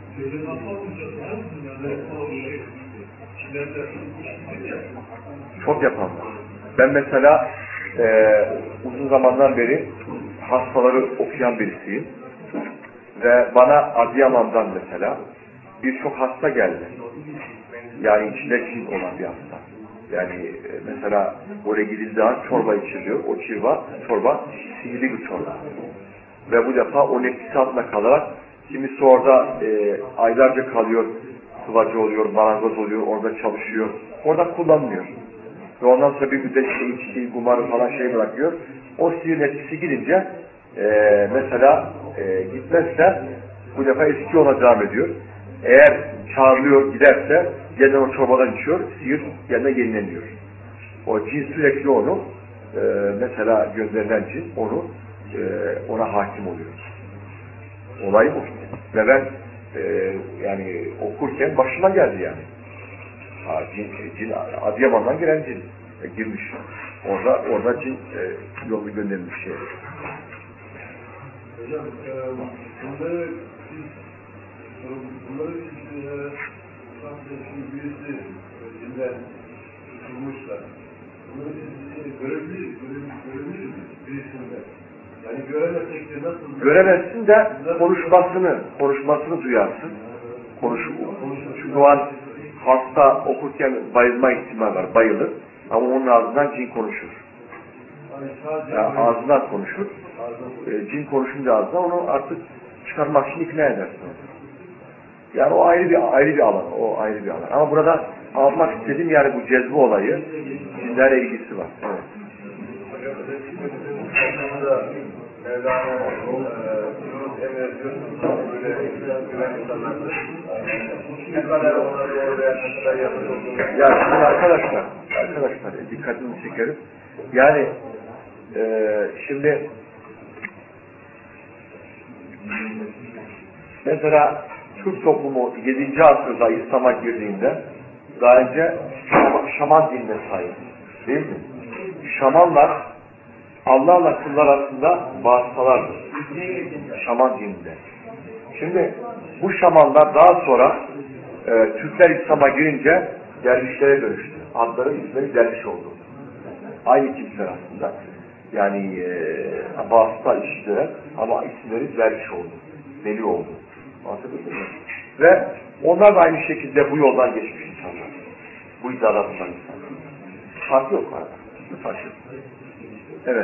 Çok yapan var. Ben mesela e, uzun zamandan beri hastaları okuyan birisiyim. Ve bana Adıyaman'dan mesela birçok hasta geldi. Yani içinde cin olan bir hasta. Yani e, mesela oraya gidildiği an çorba içiliyor. O çorba, çorba sihirli bir çorba. Ve bu defa o etkisi altında kalarak kimisi orada e, aylarca kalıyor, sıvacı oluyor, marangoz oluyor, orada çalışıyor. Orada kullanılıyor. Ve ondan sonra bir müddet şey, içkiyi, kumarı falan şey bırakıyor. O sihirin etkisi gidince e, mesela e, gitmezse bu defa eski yola devam ediyor. Eğer çağrılıyor, giderse yeniden o çorbadan içiyor, sihir yeniden yenileniyor. O cin sürekli onu e, mesela gönderilen cin onu e, ona hakim oluyor. Olay bu. Ve ben e, yani okurken başıma geldi yani. Ha, cin, cin, Adıyaman'dan gelen cin e, girmiş. Orada orada cin e, yolu gönderilmiş şey. Hocam, e, bunları siz bunları siz e, şimdi birisi cinden tutulmuşlar. Bunları siz e, görebilir, görebilir, görebilir misiniz birisinde? Yani göremezsek de nasıl? Göremezsin de konuşmasını, konuşmasını duyarsın. Konuş, çünkü o an hasta okurken bayılma ihtimali var, bayılır. Ama onun ağzından cin konuşur. Yani ağzından konuşur. E, cin konuşunca ağzından onu artık çıkarmak için ikna edersin. Yani o ayrı bir ayrı bir alan, o ayrı bir alan. Ama burada anlatmak istediğim yani bu cezbe olayı cinlerle ilgisi var. Evet. Mevlana Yunus Emre diyorsunuz böyle güven insanlardır. Ne kadar onları oraya ne kadar yakın olduğunu. Ya şimdi arkadaşlar, arkadaşlar dikkatimi çekerim. Yani e, şimdi mesela Türk toplumu yedinci asırda İslam'a girdiğinde daha önce Şaman dinine sahip. Değil mi? Şamanlar Allah'la kullar arasında vasıtalardır. Şaman dininde. Şimdi bu şamanlar daha sonra e, Türkler İslam'a girince dervişlere dönüştü. Adları isimleri derviş oldu. Aynı kimseler aslında. Yani e, vasıta işlere ama isimleri derviş oldu. Veli oldu. Anladınız mı? Ve onlar da aynı şekilde bu yoldan geçmiş insanlar. Bu iddialar bulunan insanlar. Fark yok arada. Fark yok. Evet.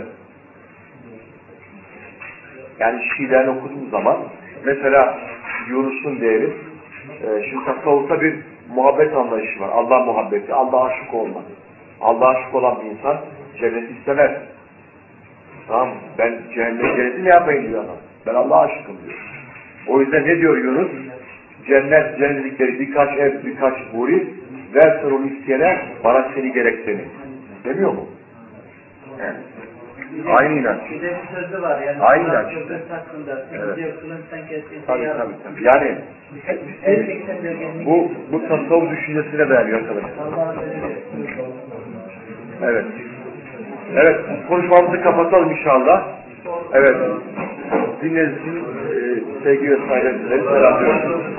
Yani Şiilerini okuduğumuz zaman mesela Yunus'un değeri e, şimdi tasavvufta bir muhabbet anlayışı var. Allah muhabbeti, Allah'a aşık olmak. Allah'a aşık olan bir insan cenneti istemez. Tamam mı? Ben cehennem cenneti ne yapayım diyor adam. Ben Allah'a aşıkım diyor. O yüzden ne diyor Yunus? Cennet, cennetlikleri birkaç ev, birkaç huri versen onu isteyene bana seni gerektiğini. Demiyor mu? Evet. Aynı inanç. Bir de bir sözü var yani. Aynı inanç. Evet. Tabii tabii tabii. Yani bu, bu tasavvuf düşüncesine dayanıyor arkadaşlar. Evet. Evet, konuşmamızı kapatalım inşallah. Evet, dinlediğiniz için e, sevgi ve saygı dileriz. Selam.